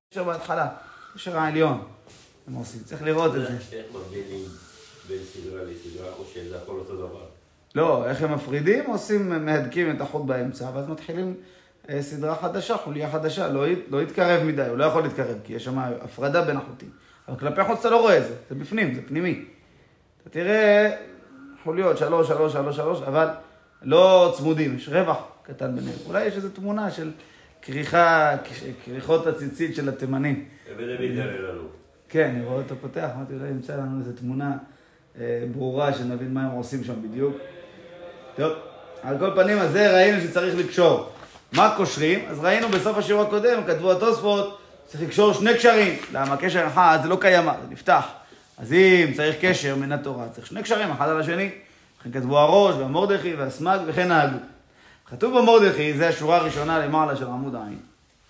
קשר בהתחלה, קשר העליון, הם עושים, צריך לראות את זה. איך מבדילים בין סדרה לסדרה, או שזה הכל אותו דבר? לא, איך הם מפרידים? עושים, מהדקים את החוט באמצע, ואז מתחילים סדרה חדשה, חוליה חדשה, לא יתקרב מדי, הוא לא יכול להתקרב, כי יש שם הפרדה בין החוטים. אבל כלפי חוץ אתה לא רואה את זה, זה בפנים, זה פנימי. אתה תראה חוליות, 3, 3, 3, 3, אבל לא צמודים, יש רווח קטן ביניהם. אולי יש איזו תמונה של כריכות הציצית של התימנים. ונביא תראה לנו. כן, אני רואה אותו פותח, אמרתי, אולי נמצא לנו איזו תמונה ברורה, שנבין מה הם עושים שם בדיוק. טוב, על כל פנים הזה ראינו שצריך לקשור. מה קושרים? אז ראינו בסוף השיעור הקודם, כתבו התוספות, צריך לקשור 2 קשרים. למה? קשר אחד זה לא קיימה, זה נפתח. אז אם צריך קשר מן התורה, צריך 2 קשרים, אחד על השני. לכן כתבו הראש והמורדכי והסמג וכן נהגו. כתוב במורדכי, זה השורה הראשונה למעלה של עמוד עין.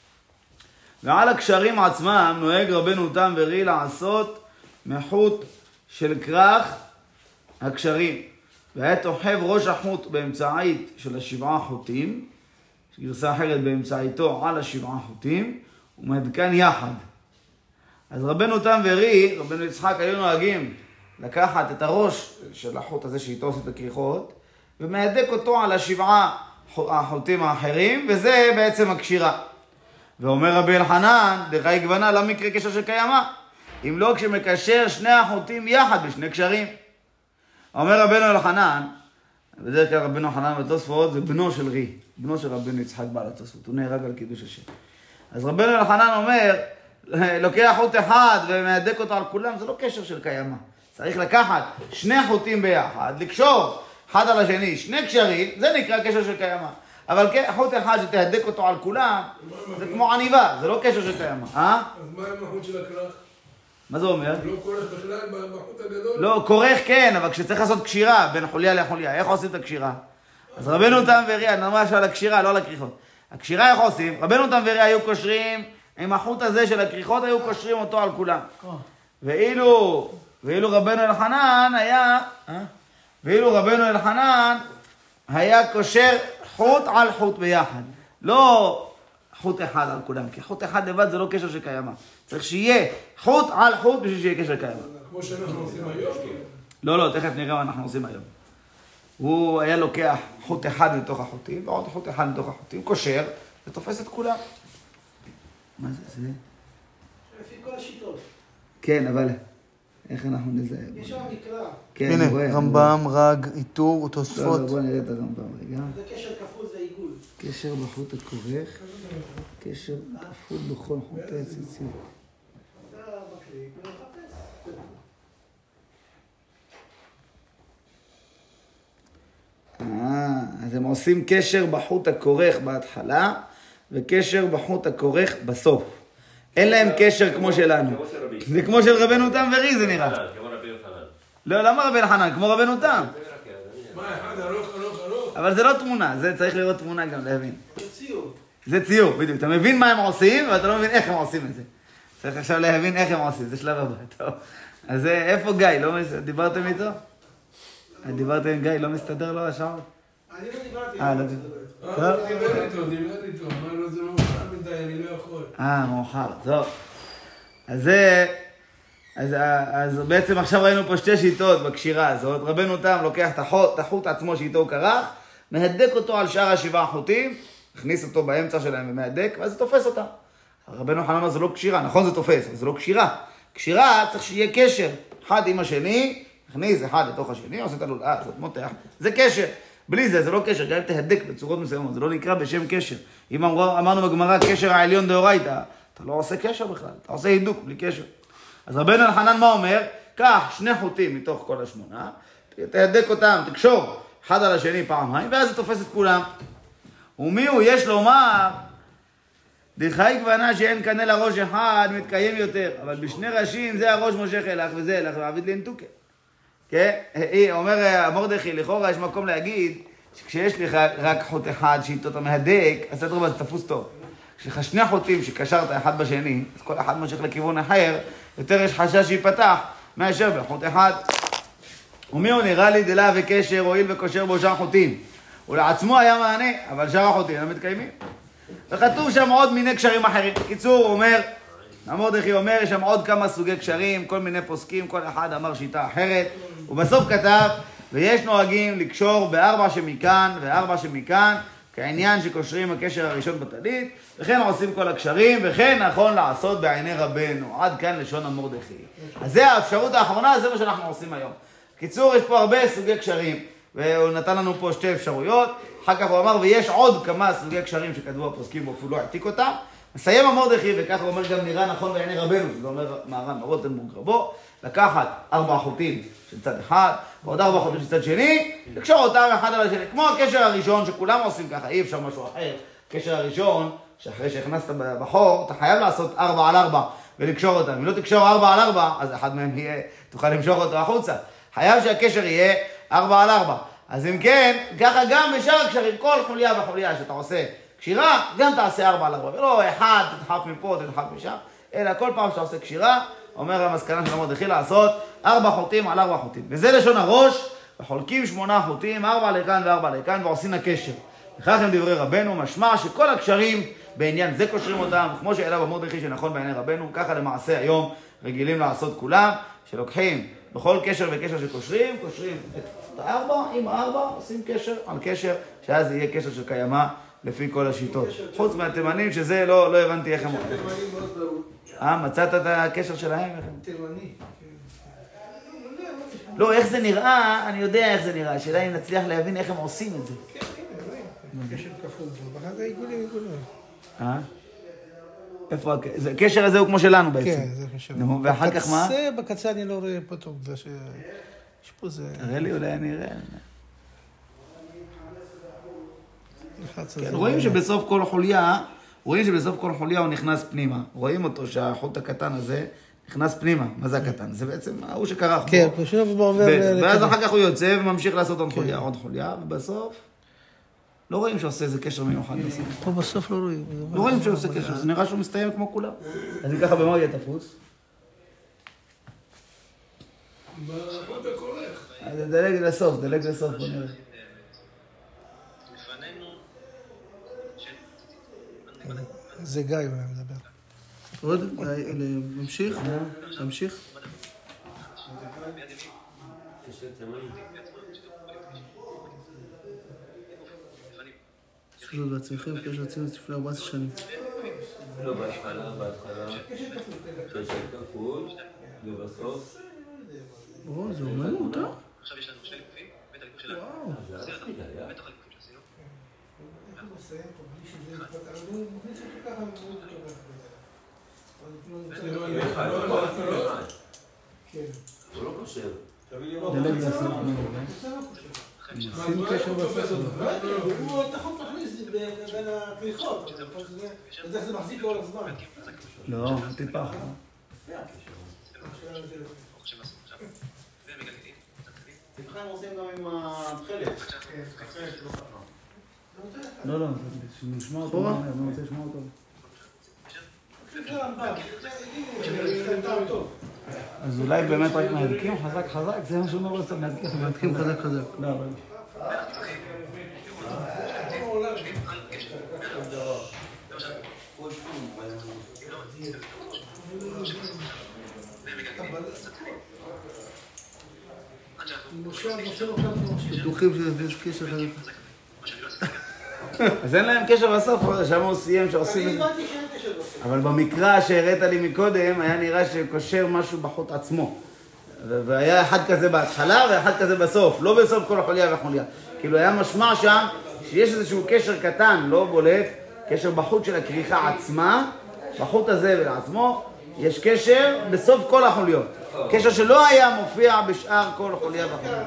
ועל הקשרים עצמם נוהג רבנו תם ורי לעשות מחוט של כרך הקשרים. והיה תוחב ראש החוט באמצעית של 7 חוטים, גרסה אחרת באמצעיתו על 7 חוטים, ומהדקן יחד. אז רבנו תם ורי, רבנו יצחק, היו נוהגים לקחת את הראש של החוט הזה שאיתו עושה את הכריכות, ומהדק אותו על 7 החוטים האחרים, וזה בעצם הקשירה. ואומר רבי אלחנן, דחי גוונה, לא מקרה קשר שקיימה. אם לא כשמקשר 2 החוטים יחד ב2 קשרים. אומר רבנו אלחנן, בדרך כלל רבנו אלחנן בתוספות, זה בנו של רי, בנו של רבנו יצחק בעל התוספות, הוא נהרג על קידוש השם. אז רבנו אלחנן אומר, לוקח חוט אחד ומהדק אותו על כולם, זה לא קשר של קיימה. צריך לקחת 2 חוטים ביחד, לקשור אחד על השני, 2 קשרים, זה נקרא קשר של קיימה. אבל חוט אחד שתהדק אותו על כולם, זה כמו עניבה, זה לא קשר של קיימה. אז מה עם החוט של הכרך? מה זה אומר? לא כורך בכלל בחוט הגדול? לא, כורך כן, אבל כשצריך לעשות קשירה בין חוליה לחוליה, איך עושים את הקשירה? אז רבנו תם ורי, אני אומר שעל הקשירה, לא על הכריכות. הקשירה איך עושים? רבנו תם ורי היו קושרים, עם החוט הזה של הכריכות היו קושרים אותו על כולם. ואילו רבנו אלחנן היה קושר חוט על חוט ביחד. לא חוט אחד על כולם, כי חוט אחד לבד זה לא קשר שקיימה. צריך שיהיה חוט על חוט בשביל שיהיה קשר קיימה. כמו שאנחנו עושים היום? לא, תכף נראה מה אנחנו עושים היום. הוא היה לוקח חוט אחד מתוך החוטים, ועוד חוט אחד מתוך החוטים, קושר, ותופס את כולם. מה זה? לפי כל השיטות. כן, אבל איך אנחנו נזהה? יש שם מקרא. כן, הנה, רמב"ם, רג, איתור, תוספות. לא, בוא נראה את הרמב"ם רגע. זה קשר כפול, זה עיגול. קשר בחוט הכורך, קשר כפול בכל חוטי הציצית. אתה מקליק ולחפש. אז הם עושים קשר בחוט הכורך בהתחלה, וקשר בחוט הכורך בסוף. אין להם קשר כמו שלנו. זה כמו של רבנו תם ורי, זה נראה. כמו רבי אלחנן. לא, למה רבי אלחנן? כמו רבנו תם. מה, אחד ארוך? אבל זה לא תמונה, זה צריך לראות תמונה גם להבין. זה ציור. זה ציור, בדיוק. אתה מבין מה הם עושים, אבל אתה לא מבין איך הם עושים את זה. צריך עכשיו להבין איך הם עושים, זה שלב הבא. טוב. אז איפה גיא? דיברתם איתו? דיברתם עם גיא, לא מסתדר לו השעות? אני לא דיברתי. לא. דיבר איתו. אמר לו, זה מאוחר מדי, אני לא יכול. מאוחר, טוב. אז בעצם עכשיו ראינו פה 2 שיטות בקשירה הזאת. רבנו תם לוקח את החוט עצמו שאיתו הוא כרך, מהדק אותו על שאר 7 החוטים, הכניס אותו באמצע שלהם ומהדק, ואז זה תופס אותם. רבנו חנן זה לא קשירה, נכון זה תופס, אבל זה לא קשירה. קשירה צריך שיהיה קשר, אחד עם השני, הכניס אחד לתוך השני, עושה את הלולאה, זאת מותח, זה קשר. בלי זה לא קשר, גם תהדק בצורות מסוימות, זה לא נקרא בשם קשר. אם אמרנו בגמרא קשר העליון דאורייתא, אתה לא עושה קשר בכלל, אתה עושה הידוק בלי קשר. אז רבנו אלחנן מה אומר? קח 2 חוטים מתוך כל 8, תהדק אותם, תקשור אחד על השני פעמיים, ואז זה תופס את כולם. ומי הוא? יש לומר, דחי גוונה שאין קנה לראש אחד, מתקיים יותר, אבל ב2 ראשים זה הראש מושך אלך וזה אלך ועביד לנתוקה. כן? אומר המורדכי, לכאורה יש מקום להגיד שכשיש לך רק חוט אחד שאיתו אתה מהדק, אז זה תפוס טוב. כשיש לך 2 חוטים שקשרת אחד בשני, אז כל אחד מושך לכיוון אחר, יותר יש חשש שיפתח מאשר בחוט אחד. ומי הוא? נראה לי דלה וקשר הועיל וקושר בו שאר חוטים. ולעצמו היה מענה, אבל שאר החוטים הם מתקיימים. וכתוב שם עוד מיני קשרים אחרים. בקיצור, הוא אומר, מרדכי אומר, יש שם עוד כמה סוגי קשרים, כל מיני פוסקים, כל אחד אמר שיטה אחרת. ובסוף כתב, ויש נוהגים לקשור בארבע שמכאן וארבע שמכאן, כעניין שקושרים הקשר הראשון בטלית, וכן עושים כל הקשרים, וכן נכון לעשות בעיני רבנו. עד כאן לשון המרדכי. אז זה האפשרות האחרונה, זה מה שאנחנו עושים היום. קיצור, יש פה הרבה סוגי קשרים, והוא נתן לנו פה שתי אפשרויות. אחר כך הוא אמר, ויש עוד כמה סוגי קשרים שכתבו הפוסקים, הוא אפילו לא העתיק אותם. מסיים המרדכי, וככה הוא אומר גם נראה נכון בעיני רבנו, זה אומר מהר"ן רוטנבורג רבו, לקחת 4 חוטים של צד אחד, ועוד 4 חוטים של צד שני, לקשור אותם אחד על השני, כמו הקשר הראשון שכולם עושים ככה, אי אפשר משהו אחר. הקשר הראשון, שאחרי שהכנסת בחור, אתה חייב לעשות 4 על 4 ולקשור אותם. אם לא תקשור 4 על 4, אז אחד מהם יהיה, תוכל למשוך אותו החוצה. חייב שהקשר יהיה 4 על 4. אז אם כן, ככה גם בשאר הקשרים, כל חוליה וחוליה שאתה עושה קשירה, גם תעשה 4 על 4, ולא אחד, תדחף מפה, תדחף משם, אלא כל פעם שאתה עושה קשירה, אומר המסקנה של המרדכי לעשות 4 חוטים על 4 חוטים. וזה לשון הראש, וחולקים 8 חוטים, 4 לכאן ו4 לכאן, ועושים הקשר. וכך הם דברי רבנו, משמע שכל הקשרים בעניין זה קושרים אותם, כמו שאליו המרדכי שנכון בעיני רבנו, ככה למעשה היום רגילים לעשות כולם, שלוקחים בכל קשר וקשר שקושרים, קושרים את 4 עם 4, עושים קשר על קשר, שאז זה יהיה קשר של קיימה לפי כל השיטות. חוץ מהתימנים, שזה לא הבנתי איך הם עושים. תימני מאוד ברור. מצאת את הקשר שלהם? תימני. לא, איך זה נראה, אני יודע איך זה נראה. השאלה אם נצליח להבין איך הם עושים את זה. כן, קשר כפול. ואחר כך עיגולים. איפה הקשר הזה הוא כמו שלנו בעצם. כן, זה קשר. נו, ואחר כך מה? בקצה אני לא רואה פה טוב, זה ש... יש פה זה... תראה לי, אולי אני אראה. כן, רואים שבסוף כל חוליה הוא נכנס פנימה. רואים אותו שהחוט הקטן הזה נכנס פנימה. מה זה הקטן? זה בעצם ההוא שקרח בו. כן, פשוט בעובר... ואז אחר כך הוא יוצא וממשיך לעשות עוד חוליה, ובסוף לא רואים שעושה איזה קשר מיוחד. פה בסוף לא רואים. לא רואים שהוא עושה קשר, זה נראה שהוא מסתיים כמו כולם. אז אם ככה, במה הוא יהיה תפוס? בחוט הכורך. אז דלג לסוף, בוא נראה. זה גיא אולי מדבר. עוד? ממשיך? תמשיך? שוב בעצמכם, קשר רצינו לפני 14 שנים. לא, בהתחלה, קשר כפול, ובסוף... זה אומנות, אה? עכשיו יש לנו 2 גופים, בית הליכוד שלנו. וואו. זה בית הליכוד שעשינו. הוא לא קושר. דלג לסוף. שים קשר בסוף. הוא תחום מכניס בין הכריכות. אז איך זה מחזיק כל הזמן? לא, טיפה. תבחן עושים גם עם התכלת. לא, שנשמע אותו. אני רוצה לשמוע אותו. אז אולי באמת רק מהדקים חזק, זה מה שהוא אומר, מהדקים חזק. לא, אבל... בטוחים שיש קשר חזק. אז אין להם קשר בסוף, שם הוא סיים שעושים את זה. אני הבנתי שאין קשר בסוף. אבל במקרא שהראית לי מקודם, היה נראה שקושר משהו בחוט עצמו. והיה אחד כזה בהתחלה ואחד כזה בסוף, לא בסוף כל חוליה וחוליה. כאילו היה משמע שם שיש איזשהו קשר קטן, לא בולט, קשר בחוט של הכריכה עצמה, בחוט הזה ולעצמו, יש קשר בסוף כל החוליות. קשר שלא היה מופיע בשאר כל חוליה וחוליה.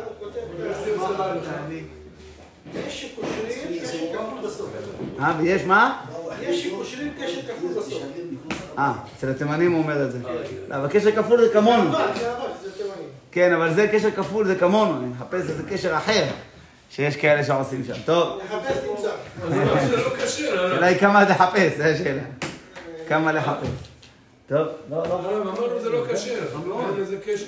יש שקושרים קשר כפול בסוף. ויש מה? יש שקושרים קשר כפול בסוף. אצל התימנים הוא אומר את זה. לא, אבל קשר כפול זה כמונו. זה תימני. כן, אבל זה קשר כפול זה כמונו, אני מחפש איזה קשר אחר שיש כאלה שעושים שם. טוב. לחפש תמצא. זה לא קשר. השאלה היא כמה לחפש, זו השאלה. כמה לחפש. טוב, לא. אמרנו זה לא קשר. אין איזה קשר.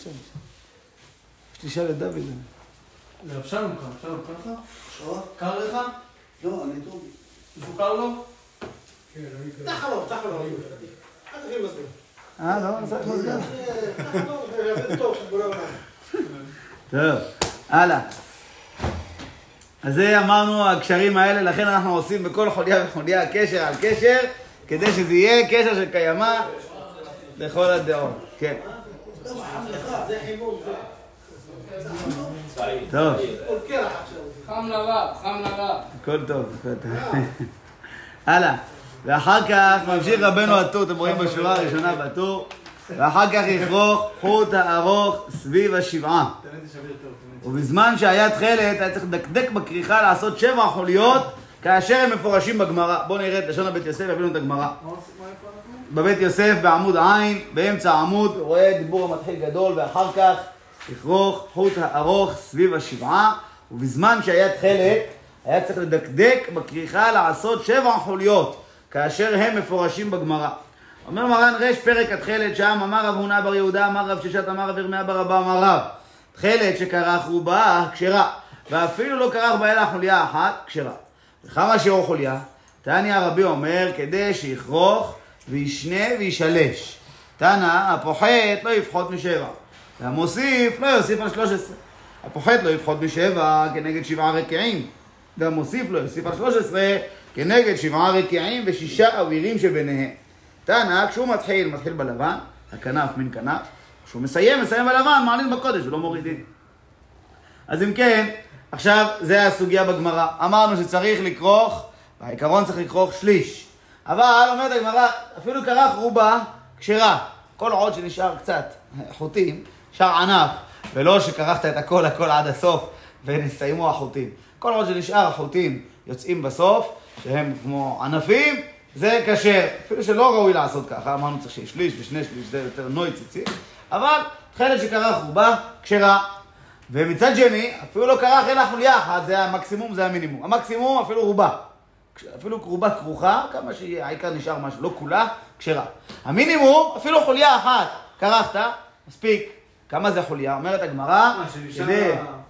תשאל את דוד. שלום ככה? קר לך? לא, אני טוב. מישהו קר לו? תחלוב. אל תביא מסביר. לא, צריך מזגן. זה טוב, שבורא עולם. טוב, הלאה. אז זה אמרנו, הקשרים האלה, לכן אנחנו עושים בכל חוליה וחוליה קשר על קשר, כדי שזה יהיה קשר של קיימא לכל הדעות. כן. זה חימום, זה. טוב. חם לרב, חם לרב. הכל טוב, הכל טוב. הלאה. ואחר כך ממשיך רבנו הטור, אתם רואים בשורה הראשונה בטור, ואחר כך יכרוך חוט הארוך סביב השבעה. ובזמן שהיה תכלת, היה צריך לדקדק בכריכה לעשות 7 חוליות, כאשר הם מפורשים בגמרא. בואו נראה את לשון הבית יוסף, הבאנו את הגמרא. בבית יוסף בעמוד עין, באמצע העמוד, רואה דיבור המתחיל גדול, ואחר כך יכרוך חוט הארוך סביב השבעה, ובזמן שהיה תכלת, היה צריך לדקדק בכריכה לעשות 7 חוליות, כאשר הם מפורשים בגמרא. אומר מרן רש פרק התכלת שם, אמר רב הונא בר יהודה, אמר רב ששת, אמר רב ירמיה בר אבא, אמר רב, תכלת שכרך רובה כשרה, ואפילו לא כרך בה אלא חוליה אחת כשרה. וכמה שיעור חוליה? תניא רבי אומר, כדי שיכרוך וישנה וישלש. תנא, הפוחת לא יפחות מ7, והמוסיף לא יוסיף על 13. הפוחת לא יפחות מ7 כנגד 7 רקיעים, והמוסיף לא יוסיף על 13 כנגד 7 רקיעים ו6 אווירים שביניהם. תנא, כשהוא מתחיל בלבן, הכנף מן כנף, כשהוא מסיים בלבן, מעלין בקודש ולא מורידים. אז אם כן, עכשיו זה הסוגיה בגמרא. אמרנו שצריך לכרוך, בעיקרון צריך לכרוך שליש. אבל אומרת הגמרא, אפילו כרך רובה כשרה. כל עוד שנשאר קצת חוטים, נשאר ענף, ולא שכרכת את הכל עד הסוף ונסיימו החוטים. כל עוד שנשאר החוטים יוצאים בסוף, שהם כמו ענפים, זה כשר. אפילו שלא ראוי לעשות ככה, אמרנו צריך שיש שליש ושני שליש, זה יותר נויציצי. אבל תכלת שכרך רובה כשרה. ומצד שני, אפילו לא כרך אלא חוליה אחת, זה המקסימום, זה המינימום. המקסימום אפילו רובה. אפילו רובה כרוכה, כמה שהעיקר נשאר משהו, לא כולה, כשרה. המינימום, אפילו חוליה אחת, כרכת, מספיק. כמה זה חוליה? אומרת הגמרא, כדי...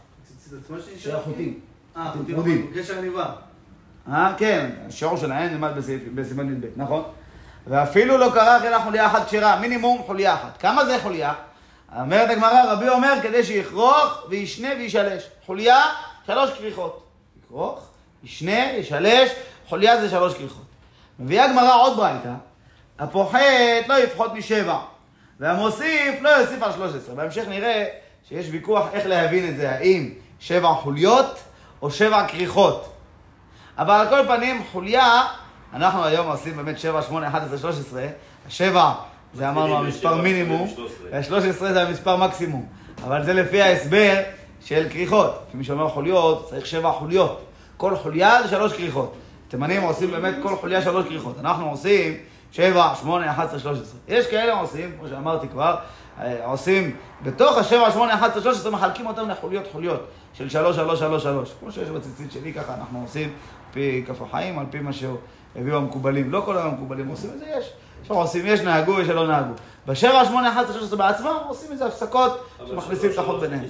של החוטים. חוטים, קשר עניבה. כן, השיעור שלהם נלמד בסימן נ"ב, נכון? ואפילו לא כרך אלא חוליה אחת כשרה, מינימום חוליה אחת. כמה זה חוליה? אומרת הגמרא, רבי אומר, כדי שיכרוך וישנה וישלש. חוליה, 3 כריכות. יכרוך, ישנה, ישלש, חוליה זה 3 כריכות. מביאה הגמרא עוד ברייתא, הפוחת לא יפחות מ7, והמוסיף לא יוסיף על 13. בהמשך נראה שיש ויכוח איך להבין את זה, האם 7 חוליות או 7 כריכות. אבל על כל פנים, חוליה, אנחנו היום עושים באמת 7, 8, 11, 13, 7 זה אמרנו המספר מינימום, וה-13 זה המספר מקסימום. אבל זה לפי ההסבר של כריכות. מי שאומר חוליות, צריך 7 חוליות. כל חוליה זה 3 כריכות. תימנים עושים באמת כל חוליה 3 כריכות. אנחנו עושים 7, 8, 11, 13. יש כאלה עושים, כמו שאמרתי כבר, עושים בתוך ה-7, 8, 11, 13, מחלקים אותם לחוליות של 3, 3, 3, 3. כמו שיש בציצית שלי, ככה אנחנו עושים פי כף החיים, על פי מה שהביאו המקובלים. לא כל המקובלים עושים את זה, יש נהגו, יש שלא נהגו. ב-7, 8, 11, 13 בעצמם עושים איזה הפסקות שמכניסים את החוט ביניהם.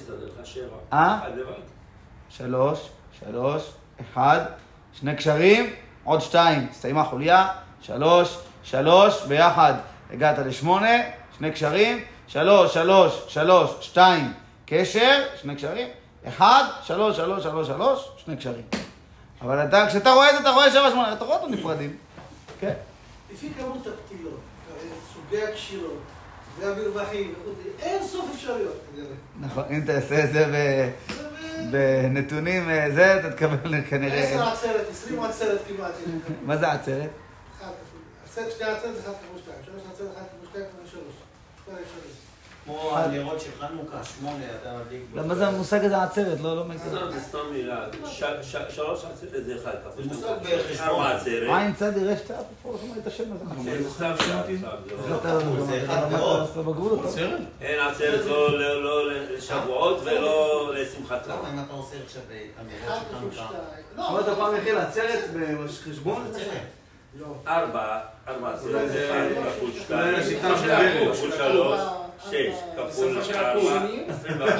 3, 3, 1, 2 קשרים, עוד 2, הסתיימה חוליה, 3, 3, ביחד הגעת ל8, 2 קשרים, 3, 3, 3, 2, קשר, 2 קשרים, 1, 3, 3, 3, 3, 2 קשרים. אבל כשאתה רואה את זה, אתה רואה 7, 8, אתה רואה אותם נפרדים. כן. לפי כמות הפתילות, סוגי הקשירות, והמרווחים, אין סוף אפשרויות. נכון, אם תעשה את זה בנתונים, זה, אתה תקבל כנראה... 10 עצרת, 20 עצרת כמעט. מה זה עצרת? 1 כפול. 2 עצרת, 1 כפול 2. 3 עצרת, 1 כפול 2, כפול 3. כל האפשרויות. כמו הנרות של חנוכה, 8, אתה מדליק... מה זה המושג הזה עצרת? לא מכיר. זה סתם מילה. 3 עצרת זה 1 כפול. זה מושג בחשבון. 4 עצרת. עין צד ירש צד, פה לא שומע את השם הזה. זה סתם זה 1 ועוד. אין עצרת לא לשבועות ולא לשמחת תורה. למה אם אתה עושה עכשיו אמירות 1 של כפול חנוכה? 2. אמרת פעם הכיל עצרת בחשבון? לא. 4 עצרת זה 1 כפול 2, השיטה של כפול 3, 6 כפול 4, 24.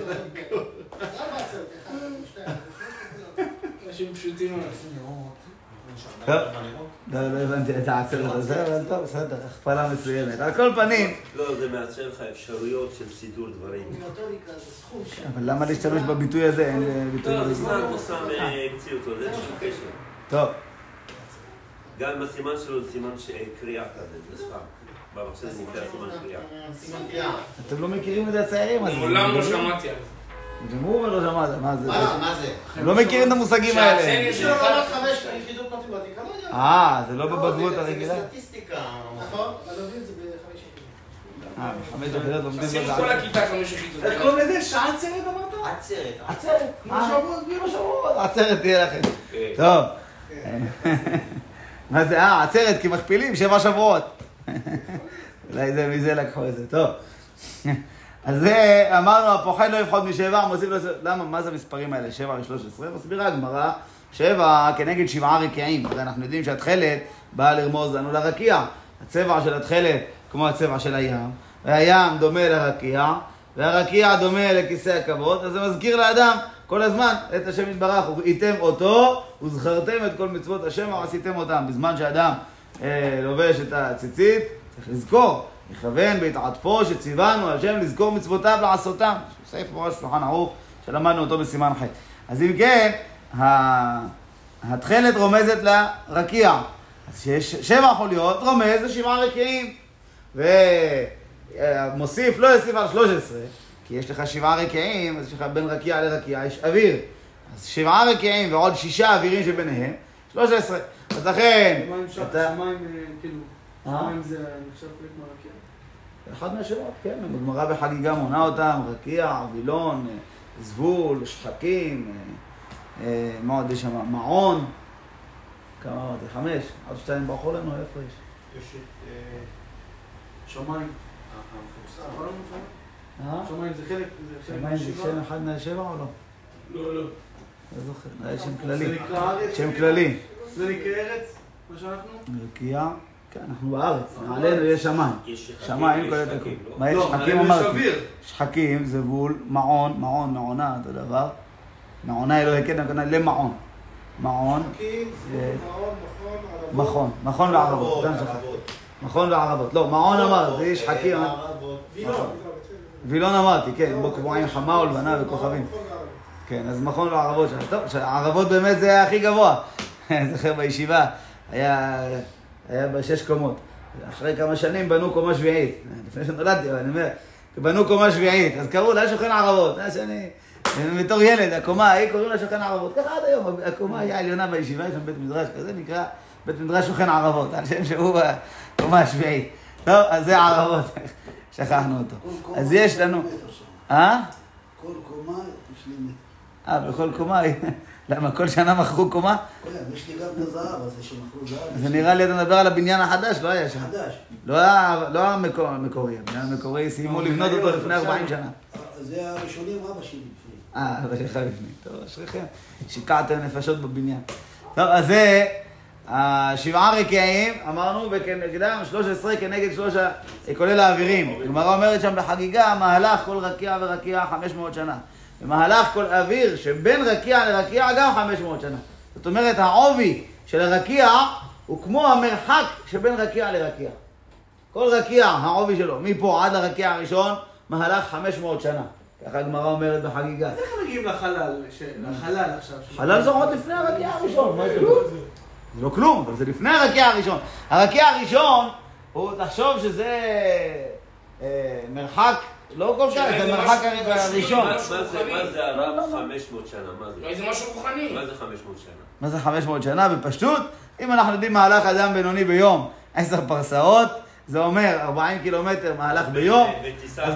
אנשים פשוטים. טוב, לא הבנתי את העצרת הזה, אבל טוב, בסדר, הכפלה מסוימת. על כל פנים... לא, זה מאפשר לך אפשרויות של סידור דברים. מטוריקה זה סכום שם. אבל למה להשתמש בביטוי הזה? אין ביטוי לא, זה בביטוי. סתם פוסם המציא אותו, זה שום קשר. טוב. גם בסימן שלו זה סימן קריאה כזה, זה סתם. במחשב זה נקרא סימן קריאה. אתם לא מכירים את זה הצעירים, אז... מעולם לא שמעתי על זה. גם הוא אומר לא שמעת, מה זה? מה זה? הם לא מכירים את המושגים האלה. מי שלא למד 5 יחידות מתמטיקה, לא יודע. זה לא בבגרות הרגילה? זה בסטטיסטיקה. נכון, אבל לומדים את זה ב5 יחידות. 5 יחידות לומדים עשינו בזה. כל הכיתה 5 יחידות. איך קוראים לזה? שעה עצרת אמרת? עצרת. עצרת. ביום השבועות. עצרת תהיה לכם. טוב. מה זה? עצרת, כי מכפילים 7 שבועות. אולי זה מזה לקחו את זה. טוב. אז זה, אמרנו, הפוחד לא יפחד מ7, מוסיף לו... למה? מה זה המספרים האלה? 7 ו-13? מסבירה הגמרא, 7 כנגד 7 רקיעים. הרי אנחנו יודעים שהתכלת באה לרמוז לנו לרקיע. הצבע של התכלת כמו הצבע של הים, והים דומה לרקיע, והרקיע דומה לכיסא הכבוד, אז זה מזכיר לאדם כל הזמן את השם יתברך, וראיתם אותו, וזכרתם את כל מצוות השם ועשיתם אותם. בזמן שאדם לובש את הציצית, צריך לזכור, לכוון בהתעטפו שציוונו השם לזכור מצוותיו לעשותם. סעיף בראש שולחן ערוך שלמדנו אותו בסימן ח'. אז אם כן, התכלת רומזת לרקיע. אז שיש 7 חוליות, רומז ל7 רקיעים. ומוסיף, לא יוסיף על 13, כי יש לך 7 רקיעים, אז יש לך בין רקיע לרקיע, יש אוויר. אז 7 רקיעים ועוד 6 אווירים שביניהם, 13. אז לכן... שמיים, כאילו, שמיים זה נחשב חלק מהרקיע? אחד מהשמות, כן. בגמרא בחגיגה מונה אותם, רקיע, וילון, זבול, שחקים, מה עוד יש שם? מעון. כמה אמרתי? 5? עוד 2 ברחו לנו, איפה יש? יש את שמיים. שמיים זה חלק שמיים זה שם אחד מהשבע או לא? לא, לא. לא זוכר, זה שם כללי. זה נקרא ארץ? שם כללי. זה נקרא ארץ? מה שאנחנו? רקיע, כן, אנחנו בארץ. מעלינו יש שמיים. יש שמיים, כל את הכל. מה יש? לא, שחקים יש אמרתי. אוויר. שחקים, זבול, מעון, מעונה, אותו דבר. מעונה אלוהי כן, הכוונה למעון. מעון. שחקים, זבול, מכון וערבות. מכון וערבות. לא, מעון אמר, זה יש שחקים. וילון אמרתי, כן, בו קבועים חמה ולבנה וכוכבים. כן, אז מכון וערבות שם. טוב, הערבות באמת זה היה הכי גבוה. זוכר בישיבה, היה ב6 קומות. אחרי כמה שנים בנו קומה שביעית. לפני שנולדתי, אבל אני אומר, בנו קומה שביעית. אז קראו לה שוכן ערבות. בתור ילד, הקומה ההיא קוראים לה שוכן ערבות. ככה עד היום, הקומה היא העליונה בישיבה, יש שם בית מדרש כזה, נקרא בית מדרש שוכן ערבות, על שם שהוא בקומה השביעית. טוב, אז זה ערבות. שכחנו אותו. אז יש לנו... כל קומה יש לי מטר. בכל קומה? למה, כל שנה מכרו קומה? יש לי גם את הזהב הזה שמכרו זהב. זה נראה לי, אתה מדבר על הבניין החדש, לא היה שם. חדש. לא המקורי, הבניין המקורי, סיימו לבנות אותו לפני 40 שנה. זה הראשונים אבא שלי. אבא שלך לפני. טוב, אשריכם. שיקעתם נפשות בבניין. טוב, אז זה... 7 רקיעים, אמרנו, וכנגדם 13 כנגד 3, כולל האווירים. הגמרא אומרת שם בחגיגה, מהלך כל רקיע ורקיע 500 שנה. ומהלך כל אוויר שבין רקיע לרקיע גם 500 שנה. זאת אומרת, העובי של הרקיע הוא כמו המרחק שבין רקיע לרקיע. כל רקיע, העובי שלו, מפה עד לרקיע הראשון, מהלך 500 שנה. ככה הגמרא אומרת בחגיגה. אז איך מגיעים לחלל? לחלל עכשיו? חלל זה עוד לפני הרקיע הראשון. זה לא כלום, אבל זה לפני הרקיע הראשון. הרקיע הראשון, הוא תחשוב שזה מרחק, לא כל כך, זה מרחק הראשון. מה זה הרב 500 שנה? מה זה משהו רוחני. מה זה 500 שנה? מה זה 500 שנה? בפשטות, אם אנחנו יודעים מהלך אדם בינוני ביום 10 פרסאות, זה אומר 40 קילומטר מהלך ביום, אז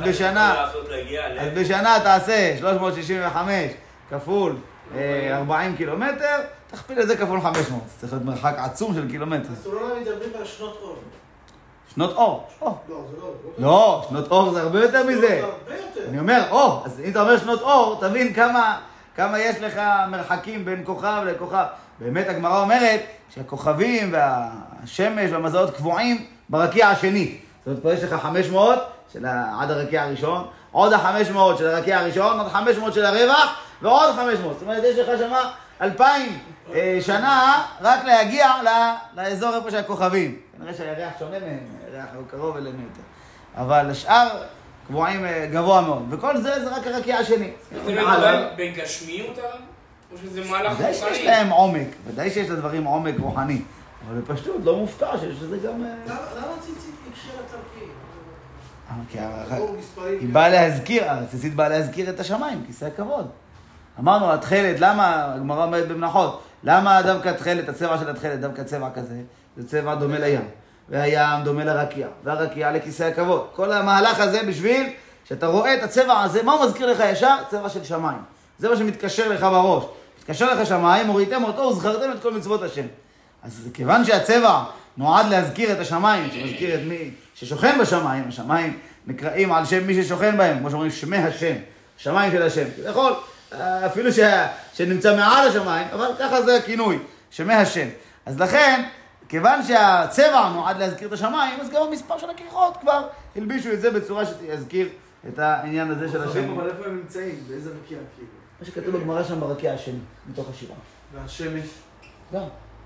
בשנה תעשה 365 כפול 40 קילומטר, תכפיל את זה כפול 500. צריך להיות מרחק עצום של קילומטר. אז לא מדברים על שנות אור. שנות אור. לא, זה לא. לא, שנות אור זה הרבה יותר מזה. הרבה יותר. אני אומר, אז אם אתה אומר שנות אור, תבין כמה יש לך מרחקים בין כוכב לכוכב. באמת הגמרא אומרת שהכוכבים והשמש והמזלות קבועים ברקיע השני. זאת אומרת, פה יש לך 500 עד הרקיע הראשון, עוד ה-500 של הרקיע הראשון, עוד 500 של הרווח, ועוד 500. זאת אומרת, יש לך שמה 2,000 שנה רק להגיע לאזור איפה שהכוכבים. כנראה שהירח שונה מהם, הירח הוא קרוב אליהם יותר. אבל השאר קבועים גבוה מאוד. וכל זה רק הרקיע השני. זה מדבר בגשמיות, או שזה מהלך רוחני? ודאי שיש להם עומק, ודאי שיש לדברים עומק רוחני. אבל בפשטות לא מופתע שיש לזה גם... למה ציצית הקשר לתרקיע? כי היא באה להזכיר, הציצית באה להזכיר את השמיים, כיסא הכבוד. אמרנו, התכלת, למה, הגמרא אומרת במנחות, למה דווקא התכלת, הצבע של התכלת, דווקא צבע כזה? זה צבע דומה לים, והים דומה לרקיע, והרקיע לכיסא הכבוד. כל המהלך הזה בשביל שאתה רואה את הצבע הזה, מה הוא מזכיר לך ישר? צבע של שמיים. זה מה שמתקשר לך בראש. מתקשר לך שמיים, הוריתם אותו, וזכרתם את כל מצוות השם. אז כיוון שהצבע נועד להזכיר את השמיים, שמזכיר את מי ששוכן בשמיים, השמיים נקראים על שם מי ששוכן בהם, כמו שאומרים שמי השם, שמיים של השם. יכול, אפילו שנמצא מעל השמיים, אבל ככה זה הכינוי, שמי השם. אז לכן, כיוון שהצבע נועד להזכיר את השמיים, אז גם המספר של הכריכות כבר הלבישו את זה בצורה שתזכיר את העניין הזה של השם. אבל איפה הם נמצאים? באיזה רקיע? מה שכתוב בגמרא שם ברקיע השני, מתוך השבעה. והשמש? גם.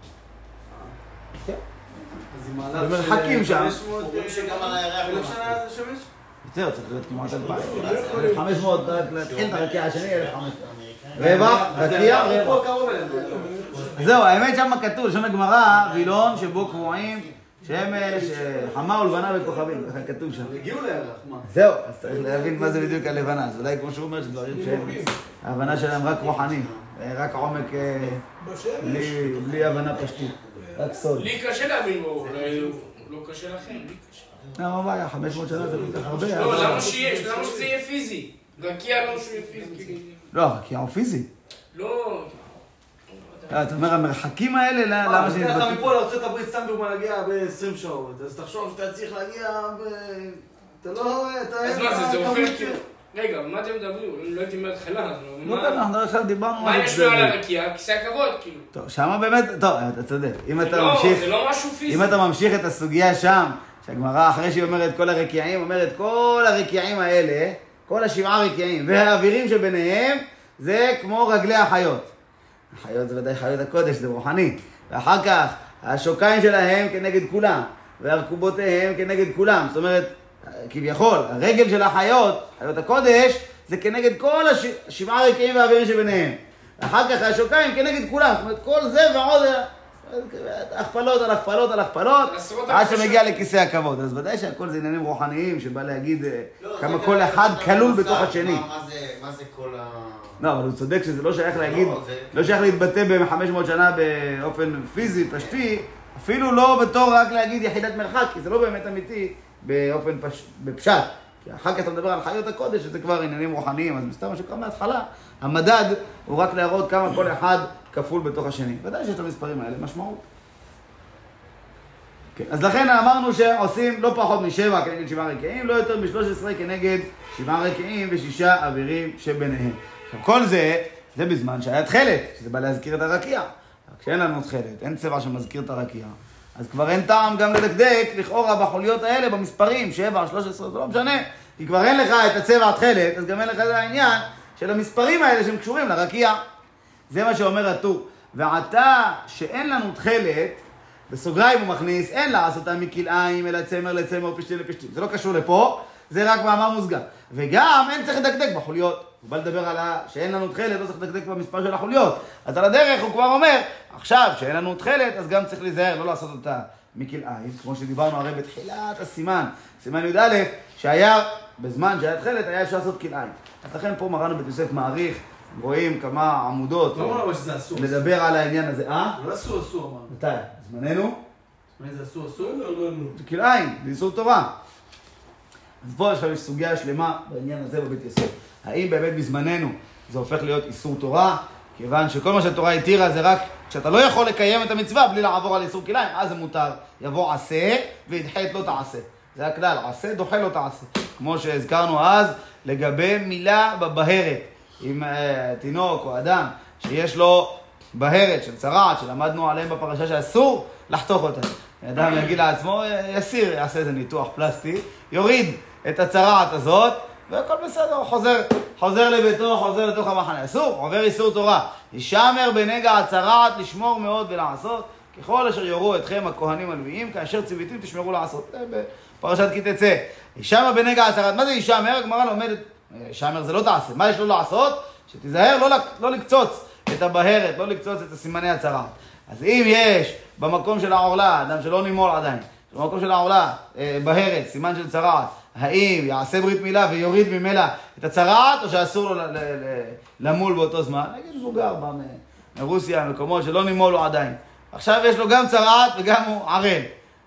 כן. אז עם מעלה במרחקים שם. אומרים שגם על הירח 1,000 שנה זה שמש? יותר, צריך להיות כמעט 2,000. 1,500, להתחיל את הרקיע השני, 1,500. רבע, רקיע, רבע. זהו, האמת שם כתוב, שם הגמרא, וילון שבו קבועים שמש, חמה ולבנה וכוכבים, ככה כתוב שם. הגיעו לירח, מה? זהו, אז צריך להבין מה זה בדיוק הלבנה. אז אולי כמו שהוא אומר, שדברים שהם, ההבנה שלהם רק רוחני, רק עומק, בלי הבנה פשטית, רק סוד. לי קשה להבין בו, לא קשה לכם, לי קשה. מה הבעיה? 500 שנה זה כל כך הרבה. לא, למה שזה יהיה פיזי? רקיע לא שהוא יהיה פיזי. לא, רקיע הוא פיזי. לא... אתה אומר, המרחקים האלה, למה שנתבטאים? אתה שנתבטאים? מפה לארצות הברית סתם דוגמה להגיע ב-20 שעות, אז תחשוב שאתה צריך להגיע אתה לא... אז מה זה הופך כאילו... רגע, מה אתם מדברים? לא הייתי מההתחלה. לא, אנחנו עכשיו דיברנו... מה יש לו על הרקיע? כיסא הכבוד, כאילו. טוב, שמה באמת... טוב, אתה צודק. אם אתה ממשיך... זה לא משהו פיזי. אם אתה ממשיך את הסוגיה שם, שהגמרא אחרי שהיא אומרת כל הרקיעים, אומרת כל הרקיעים האלה, כל השבעה רקיעים, והאווירים שביניהם, זה כמו רגלי החיות. החיות זה ודאי חיות הקודש, זה רוחני. ואחר כך, השוקיים שלהם כנגד כולם, והרכובותיהם כנגד כולם. זאת אומרת, כביכול, הרגל של החיות, חיות הקודש, זה כנגד כל השבעה רקיעים והאווירים שביניהם. ואחר כך השוקיים כנגד כולם. זאת אומרת, כל זה ועוד... הכפלות על הכפלות על הכפלות, עד שמגיע לכיסא הכבוד. אז ודאי שהכל זה עניינים רוחניים, שבא להגיד כמה כל אחד כלול בתוך השני. מה זה כל ה... לא, אבל הוא צודק שזה לא שייך להגיד, לא שייך להתבטא ב-500 שנה באופן פיזי, פשטי, אפילו לא בתור רק להגיד יחידת מרחק, כי זה לא באמת אמיתי באופן בפשט. כי אחר כך אתה מדבר על חיות הקודש, שזה כבר עניינים רוחניים, אז מסתבר שקרה מההתחלה, המדד הוא רק להראות כמה כל אחד כפול בתוך השני. ודאי שיש למספרים האלה משמעות. כן, אז לכן אמרנו שעושים לא פחות מ7 כנגד 7 רקיעים, לא יותר מ13 כנגד 7 רקיעים ו6 אווירים שביניהם. עכשיו כל זה בזמן שהיה תכלת, שזה בא להזכיר את הרקיע. כשאין לנו תכלת, אין צבע שמזכיר את הרקיע, אז כבר אין טעם גם לדקדק לכאורה בחוליות האלה, במספרים, 7, 13, זה לא משנה. כי כבר אין לך את הצבע התכלת, אז גם אין לך את העניין של המספרים האלה שהם קשורים לרקיע. זה מה שאומר הטור. ועתה שאין לנו תכלת, בסוגריים הוא מכניס, אין לעשותם מכלאיים אלא צמר לצמר פשטים לפשטים. זה לא קשור לפה, זה רק מאמר מוסגר. וגם אין צריך לדקדק בחוליות. הוא בא לדבר על שאין לנו תכלת, לא צריך לדקדק במספר של החוליות. אז על הדרך הוא כבר אומר, עכשיו שאין לנו תכלת, אז גם צריך להיזהר, לא לעשות אותה מכלאיים, כמו שדיברנו הרי בתחילת הסימן, סימן י"א, שהיה, בזמן שהיה תכלת, היה אפשר לעשות כלאיים. אז לכן פה מרנו בית יוסף מעריך, רואים כמה עמודות, לא שזה אסור. לדבר על העניין הזה. לא אסור, אמרנו. מתי? זמננו? זה אסור? זה כלאיים, זה איסור תורה. אז פה יש סוגיה שלמה בעניין הזה בבית יוסף. האם באמת בזמננו זה הופך להיות איסור תורה? כיוון שכל מה שהתורה התירה זה רק כשאתה לא יכול לקיים את המצווה בלי לעבור על איסור כלאיים, אז זה מותר. יבוא עשה וידחה את לא תעשה. זה הכלל, עשה דוחה לא תעשה. כמו שהזכרנו אז לגבי מילה בבהרת. אם תינוק או אדם שיש לו בהרת של צרעת, שלמדנו עליהם בפרשה שאסור לחתוך אותה. אדם יגיד לעצמו, יסיר, יעשה איזה ניתוח פלסטי, יוריד את הצרעת הזאת, והכל בסדר, הוא חוזר לביתו, חוזר לתוך המחנה. אסור, עובר איסור תורה. ישמר בנגע הצרעת לשמור מאוד ולעשות, ככל אשר יורו אתכם הכהנים הלוויים, כאשר ציוויתים תשמרו לעשות. זה בפרשת כי תצא. ישמר בנגע הצרעת, מה זה ישמר? הגמרא לומדת, ישמר זה לא תעשה. מה יש לו לעשות? שתיזהר לא לקצוץ את הבהרת, לא לקצוץ את הסימני הצרעת. אז אם יש במקום של העורלה, אדם שלא נימול עדיין, במקום של העורלה, בהרת, סימן של צרעת, האם יעשה ברית מילה ויוריד ממנה את הצרעת, או שאסור לו למול באותו זמן? נגיד מבוגר מרוסיה, מקומות שלא נימול לו עדיין. עכשיו יש לו גם צרעת וגם הוא ערל.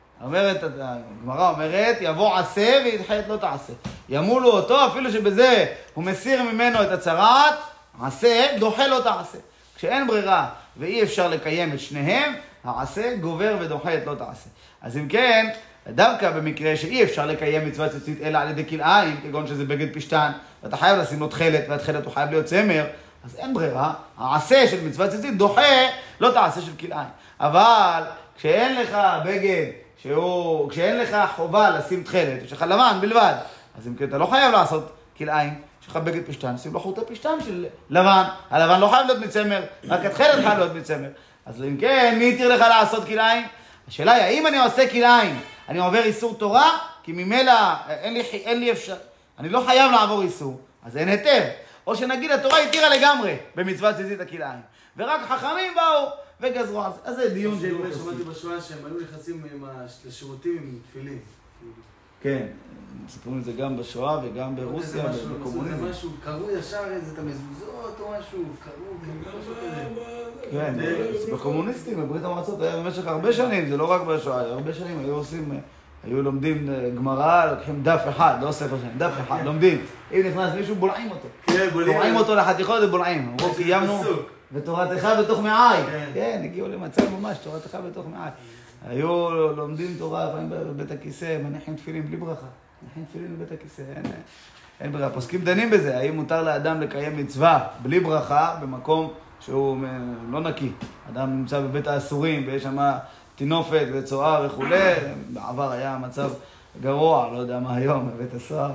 הגמרא אומרת, יבוא עשה וידחה את לא תעשה. ימולו אותו, אפילו שבזה הוא מסיר ממנו את הצרעת, עשה, דוחה לא תעשה. כשאין ברירה ואי אפשר לקיים את שניהם, העשה גובר ודוחה את לא תעשה. אז אם כן, דווקא במקרה שאי אפשר לקיים מצווה ציצית אלא על ידי כלאיים, כגון שזה בגד פשטן, ואתה חייב לשים לו תכלת, והתכלת הוא חייב להיות צמר, אז אין ברירה, העשה של מצווה ציצית דוחה לא תעשה של כלאיים. אבל כשאין לך בגד, כשאין לך חובה לשים תכלת, יש לך לבן בלבד, אז אם כן אתה לא חייב לעשות כלאיים, יש לך בגד פשטן, שים לו חוטי פשטן של לבן, הלבן לא חייב להיות מצמר, רק התכלת חייב להיות מצמר. אז אם כן, מי יתיר לך לעשות כלאיים? השאלה היא, האם אני עושה כלאיים, אני עובר איסור תורה? כי ממילא אין לי אפשר, אני לא חייב לעבור איסור, אז אין היתר. או שנגיד התורה התירה לגמרי במצוות ציצית הכלאיים, ורק חכמים באו וגזרו על זה. אז זה דיון של... שמעתי בשואה שהם היו נכנסים לשירותים עם תפילים. כן, סיפרו את זה גם בשואה וגם ברוסיה, בקומוניזם. משהו, קראו ישר איזה את המזוזות או משהו, קראו כזה. כן, בקומוניסטים, בברית המועצות היה במשך הרבה שנים, זה לא רק בשואה, הרבה שנים היו לומדים גמרא, לוקחים דף אחד, לא ספר שנים, דף אחד, לומדים. אם נכנס מישהו, בולעים אותו. כן, בולעים אותו לחתיכות ובולעים. אמרו, קיימנו ותורתך בתוך מעי. כן, הגיעו למצב ממש, תורתך בתוך מעי. היו לומדים תורה, לפעמים בבית הכיסא, מניחים תפילין בלי ברכה. מניחים תפילין בבית הכיסא, אין ברירה. פוסקים דנים בזה, האם מותר לאדם לקיים מצווה בלי ברכה במקום שהוא לא נקי. אדם נמצא בבית האסורים ויש שם תינופת וצואה וכו'. בעבר היה מצב גרוע, לא יודע מה היום, בבית הסוהר.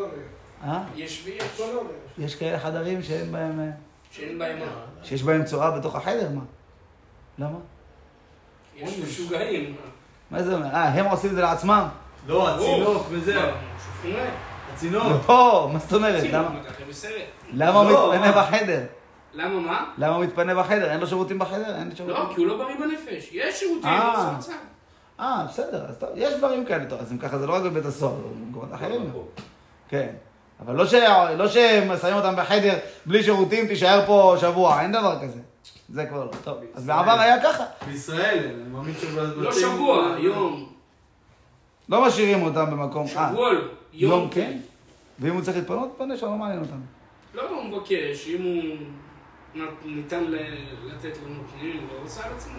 יש יש כאלה חדרים שאין בהם... שאין בהם מה? שיש בהם צואה בתוך החדר, מה? למה? יש משוגעים. מה זה אומר? הם עושים את זה לעצמם? לא, הצינוק וזה. הצינוק. לא, מה זאת אומרת? למה הוא מתפנה בחדר? למה מה? למה הוא מתפנה בחדר? אין לו שירותים בחדר? לא, כי הוא לא בריא בנפש. יש שירותים, הוא עושה הצעה. בסדר, אז טוב, יש דברים כאלה. טוב, אז אם ככה זה לא רק בבית הסוהר, זה במקומות אחרים. כן. אבל לא שמסיים אותם בחדר בלי שירותים, תישאר פה שבוע, אין דבר כזה. זה כבר לא. טוב, אז בעבר היה ככה. בישראל, אני מאמין לא שבוע, יום. לא משאירים אותם במקום... שבוע לא, יום כן. ואם הוא צריך להתפנות, פנה שם, לא מעניין אותם. לא, הוא מבקש, אם הוא ניתן לתת לנו פנים, הוא לא עושה על עצמו.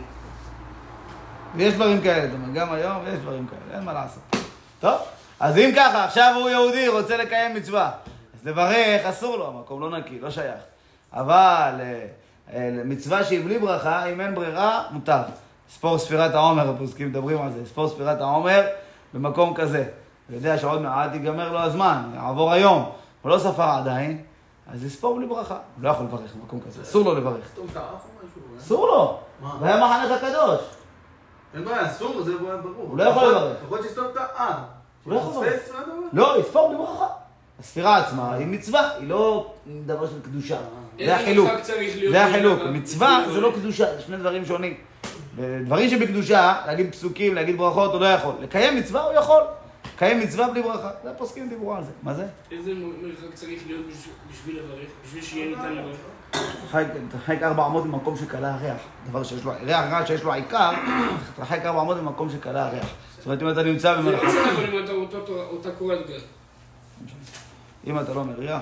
ויש דברים כאלה, גם היום יש דברים כאלה, אין מה לעשות. טוב, אז אם ככה, עכשיו הוא יהודי, רוצה לקיים מצווה. אז לברך, אסור לו, המקום לא נקי, לא שייך. אבל מצווה שהיא בלי ברכה, אם אין ברירה, מותר. ספור ספירת העומר, הפוסקים מדברים על זה, ספור ספירת העומר במקום כזה. הוא יודע שעוד מעט ייגמר לו הזמן, יעבור היום, הוא לא ספר עדיין, אז יספור בלי ברכה. הוא לא יכול לברך במקום כזה, אסור לו לברך. אסור לו, והיה מחנך הקדוש. אין בעיה, אסור, זה ברור. הוא לא יכול לברך. יכול להיות שסתום את הוא לא יכול לברך. לא, יספור בלי ברכה. הספירה עצמה היא מצווה, היא לא דבר של קדושה. זה החילוק. זה החילוק. מצווה זה לא קדושה, זה שני דברים שונים. דברים שבקדושה, להגיד פסוקים, להגיד ברכות, הוא לא יכול. לקיים מצווה הוא יכול. לקיים מצווה בלי ברכה. זה הפוסקים דיברו על זה. מה זה? איזה מרחק צריך להיות בשביל לברך? בשביל שיהיה ניתן לברך? תרחק 400 במקום שקלה הריח. דבר שיש לו, ריח רע שיש לו העיקר, תרחק 400 במקום שקלה הריח. זאת אומרת, אם אתה נמצא במרחק... זה לא משנה, אבל אם אותה קורת גג. אם אתה לא מריח,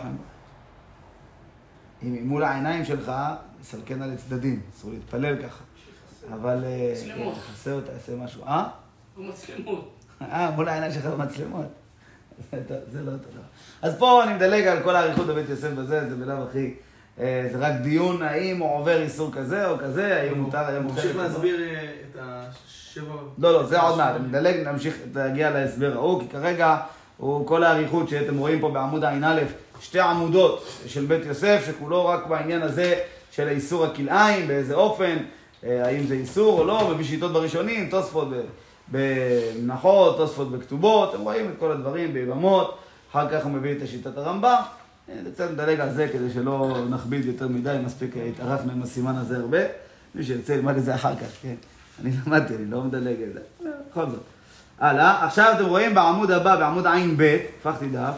אם מול העיניים שלך, סלקן על הצדדים, אסור להתפלל ככה. אבל... חסר, תעשה משהו. הוא מצלמות. מול העיניים שלך במצלמות. זה לא אותו דבר. אז פה אני מדלג על כל העריכות בבית יוסף בזה, זה בלב הכי... זה רק דיון האם הוא עובר איסור כזה או כזה, האם מותר, האם מותר. נמשיך להסביר את השבע... לא, זה עוד מעט. נמשיך להגיע להסבר ההוא, כי כרגע הוא כל האריכות שאתם רואים פה בעמוד ע"א, 2 עמודות של בית יוסף, שכולו רק בעניין הזה של האיסור הכלאיים, באיזה אופן, האם זה איסור או לא, מביא שיטות בראשונים, תוספות במנחות, תוספות בכתובות, אתם רואים את כל הדברים ביבמות, אחר כך הוא מביא את שיטת הרמב"ם, קצת נדלג על זה כדי שלא נכביד יותר מדי, מספיק התארכנו עם הסימן הזה הרבה, מי שירצה ללמד את זה אחר כך, כן? אני למדתי, אני לא מדלג את זה, בכל זאת. הלאה, עכשיו אתם רואים בעמוד הבא, בעמוד ע"ב, הפכתי דף,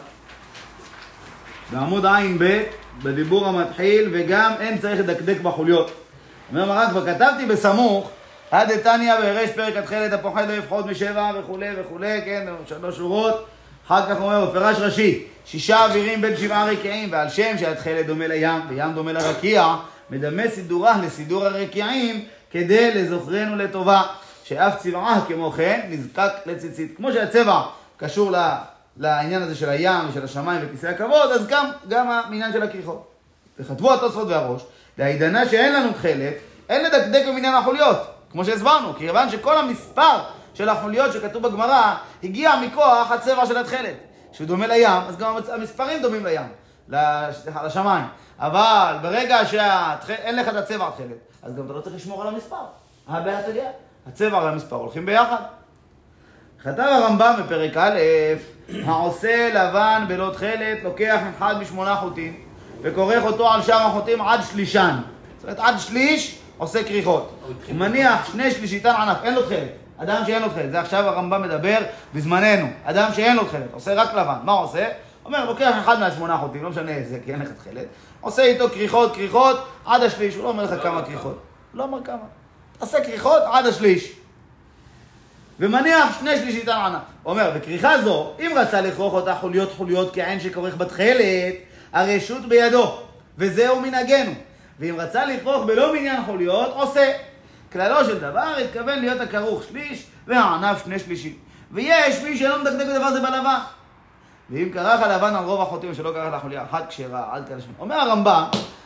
בעמוד ע"ב, בדיבור המתחיל, וגם אין צריך לדקדק בחוליות. אומר מרן, כבר כתבתי בסמוך, עד דתניא בריש פרק התחלת הפוחד לא יפחד משבע וכו' וכו', כן, 3 שורות. אחר כך אומר בפרש ראשי, 6 אווירים בין 7 רקיעים, ועל שם שהתחלת דומה לים וים דומה לרקיע, מדמה סידורה לסידור הרקיעים, כדי לזוכרנו לטובה, שאף צבעה כמו כן נזקק לציצית. כמו שהצבע קשור לעניין הזה של הים ושל השמיים וכיסא הכבוד, אז גם המניין של הכריכות. וכתבו התוספות והראש, והעידנה שאין לנו תחלת, אין לדקדק במניין החוליות, כמו שהסברנו, כיוון שכל המספר של החוליות שכתוב בגמרא, הגיע מכוח הצבע של התחלת. שהוא דומה לים, אז גם המספרים דומים לים, לשמיים. אבל ברגע שאין לך את הצבע התחלת, אז גם אתה לא צריך לשמור על המספר. הבעיה תגיע. הצבע והמספר הולכים ביחד. כתב הרמב"ם בפרק א', העושה לבן בלא תחלת, לוקח אחד מ8 חוטים, וכורך אותו על שאר החוטים עד שלישן. זאת אומרת, עד שליש עושה כריכות. הוא מניח 2/3 ענף, אין לו תחלת. אדם שאין לו תחלת, זה עכשיו הרמב"ם מדבר בזמננו. אדם שאין לו תחלת, עושה רק לבן. מה הוא עושה? אומר, לוקח אחד מה8 חוטים, לא משנה איזה, כי אין לך תחלת. עושה איתו כריכות עד השליש. הוא לא אומר לך כמה כריכות. לא אומר כמה. עושה כריכות עד השליש. ומניח 2/3 ענף. אומר, וכריכה זו, אם רצה לכרוך אותה חוליות כעין שכורך בתחלת, הרשות בידו, וזהו מנהגנו. ואם רצה לכרוך בלא מניין חוליות, עושה. כללו של דבר התכוון להיות הכרוך שליש, והענף 2/3. ויש מי שלא מדקדק בדבר זה בלבן. ואם כרך הלבן על רוב החוטים שלא כרך לחוליה אחת כשרה, עד כאלה שנים. אומר הרמב"ם,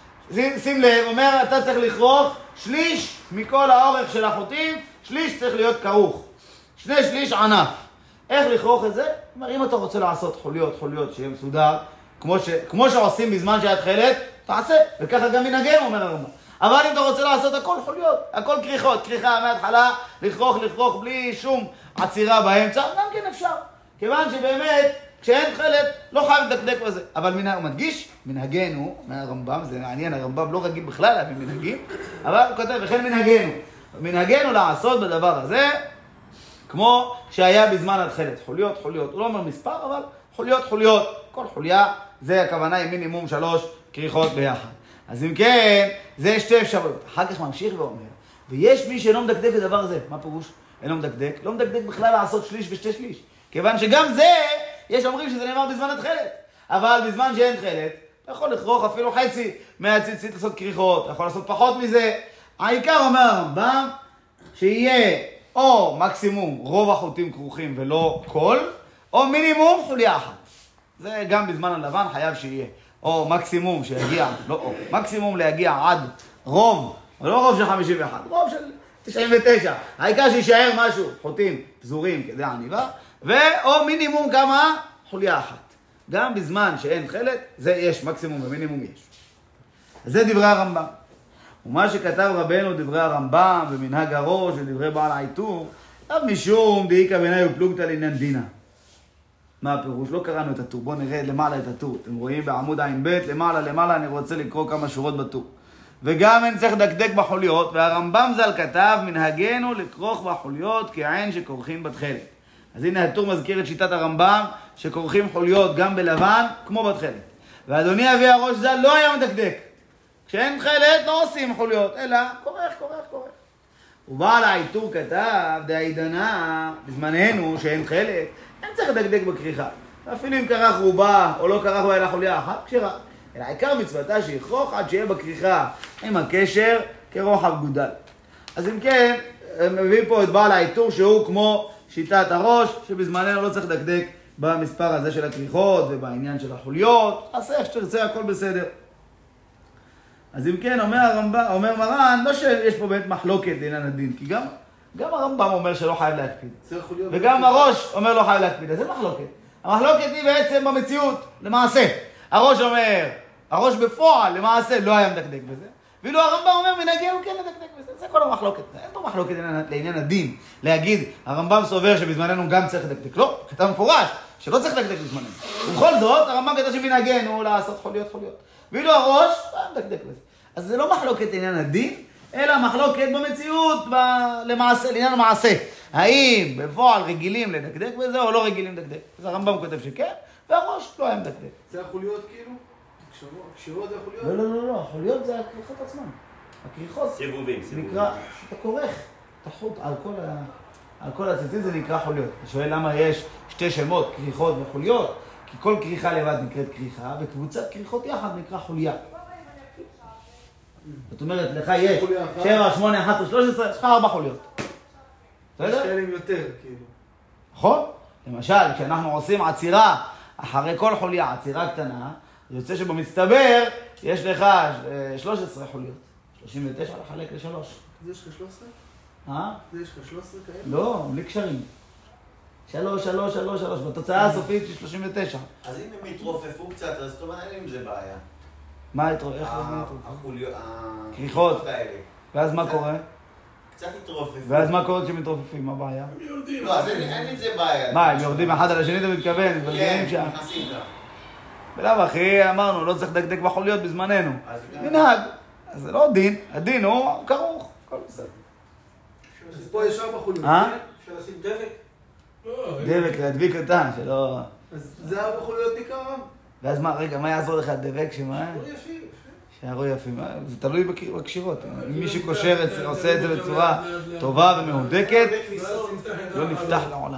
שים לב, אומר, אתה צריך לכרוך שליש מכל האורך של החוטים, שליש צריך להיות כרוך. 2/3 ענף. איך לכרוך את זה? אומר, אם אתה רוצה לעשות חוליות שיהיה מסודר, כמו שעושים בזמן שהיה תחלת, תעשה. וככה גם מנהגנו, אומר הרמב"ם. אבל אם אתה רוצה לעשות הכל חוליות, הכל כריכות, כריכה מההתחלה, לכרוך בלי שום עצירה באמצע, גם כן אפשר. כיוון שבאמת, כשאין תחלת, לא חייב לדקדק בזה. אבל הוא מדגיש, מנהגנו, מהרמב"ם, זה מעניין, הרמב"ם לא רגיל בכלל להביא מנהגים, אבל הוא כותב, וכן מנהגנו לעשות בדבר הזה, כמו שהיה בזמן התחלת. חוליות, הוא לא אומר מספר, אבל חוליות. כל חוליה, זה הכוונה עם מינימום 3 כריכות ביחד. אז אם כן, זה 2 אפשרויות. אחר כך ממשיך ואומר, ויש מי שלא מדקדק בדבר הזה. מה פירוש? אינו מדקדק? לא מדקדק בכלל לעשות שליש ו2/3. כיוון שגם זה, יש אומרים שזה נאמר בזמן התחלת. אבל בזמן שאין תחלת, אתה יכול לכרוך אפילו חצי מהציצית לעשות כריכות, אתה יכול לעשות פחות מזה. העיקר אומר הרמב"ם, שיהיה או מקסימום רוב החוטים כרוכים ולא כל, או מינימום חוליה אחת. זה גם בזמן הלבן חייב שיהיה. או מקסימום שיגיע, לא או, מקסימום להגיע עד רוב, לא רוב של 51, רוב של 99. העיקר שישאר משהו, חוטים פזורים כדי עניבה, או מינימום כמה? חוליה אחת. גם בזמן שאין תחלת, זה יש, מקסימום ומינימום יש. אז זה דברי הרמב"ם. ומה שכתב רבנו דברי הרמב"ם ומנהג הראש ודברי בעל העיטור, אף משום דאיקה בעיניי ופלוגתא לעניין דינה. מה הפירוש? לא קראנו את הטור, בואו נראה למעלה את הטור. אתם רואים בעמוד ע"ב, למעלה אני רוצה לקרוא כמה שורות בטור. וגם אין צריך לדקדק בחוליות, והרמב"ם ז"ל כתב, מנהגנו לכרוך בחוליות כעין שכורכים בתחלת. אז הנה הטור מזכיר את שיטת הרמב"ם, שכורכים חוליות גם בלבן, כמו בתחלת. ואדוני אבי הראש ז"ל לא היה מדקדק. כשאין תחלת לא עושים חוליות, אלא כורך. ובעל העיטור כתב, דעידנא, בזמננו שאין תחלת, אין צריך לדקדק בכריכה. אפילו אם כרך רובה או לא כרך בה אלא חוליה אחת, כשרה. אלא העיקר מצוותה שיכרוך עד שיהיה בכריכה עם הקשר כרוחב גודל. אז אם כן, מביא פה את בעל העיטור שהוא כמו שיטת הראש, שבזמננו לא צריך לדקדק במספר הזה של הכריכות ובעניין של החוליות. עשה איך שתרצה, הכל בסדר. אז אם כן, אומר מרן, לא שיש פה באמת מחלוקת לעניין הדין, כי גם הרמב"ם אומר שלא חייב להקפיד. וגם הראש אומר לא חייב להקפיד, אז זה מחלוקת. המחלוקת היא בעצם במציאות, למעשה. הראש בפועל, למעשה, לא היה מדקדק בזה. ואילו הרמב"ם אומר, מנהגנו כן לדקדק בזה. זה כל המחלוקת. אין פה מחלוקת לעניין הדין. להגיד, הרמב"ם סובר שבזמננו גם צריך לדקדק. לא, כתב מפורש, שלא צריך לדקדק בזמננו. ובכל זאת, הרמב"ם כתב שמנהגנו לעשות חוליות. ואילו הראש, לא היה מדקדק בזה. אז זה לא מחלוקת לעניין הדין, אלא מחלוקת במציאות, למעשה, לעניין המעשה. האם בפועל רגילים לדקדק בזה או לא רגילים לדקדק? אז הרמב"ם כותב שכן, והראש לא היה מדקדק. זה החוליות כאילו? הקשירות זה החוליות? לא, החוליות זה הכריכות עצמן. הכריכות נקרא, שאתה כורך את החוט על כל הציצית, זה נקרא חוליות. אתה שואל למה יש שתי שמות, כריכות וחוליות? כי כל כריכה לבד נקראת כריכה, וקבוצת כריכות יחד נקרא חוליה. זאת אומרת, לך יש 7, 8, 11, 13, יש לך 4 חוליות. יש כאלה יותר, כאילו. נכון? למשל, כשאנחנו עושים עצירה, אחרי כל חוליה, עצירה קטנה, יוצא שבמצטבר יש לך 13 חוליות. 39 לחלק ל3. זה יש לך 13? זה יש לך 13 כאלה? לא, בלי קשרים. 3, בתוצאה הסופית של 39. אז אם הם יתרופפו קצת, אז טוב, אין עם זה בעיה. מה יתרופפו? איך זה החוליות, כריכות. ואז מה קורה? קצת יתרופפו. ואז מה קורה כשמתרופפים? מה הבעיה? לא, אז אין עם זה בעיה. מה, הם יורדים אחד על השני, אתה מתכוון? כן, נכנסים גם. בלב אחי, אמרנו, לא צריך לדקדק בחוליות בזמננו. מנהג. אז זה לא דין, הדין הוא כרוך. הכל בסדר. אז פה יש 4 חוליות. אפשר לשים דבק? דבק, להדביק אותה, שלא... אז זה 4 חוליות נקרא? ואז מה, רגע, מה יעזור לך דבק שמה? שערו יפים. זה תלוי בקשירות. אם מי שקושר עושה את זה בצורה טובה ומהודקת, לא נפתח לעולם.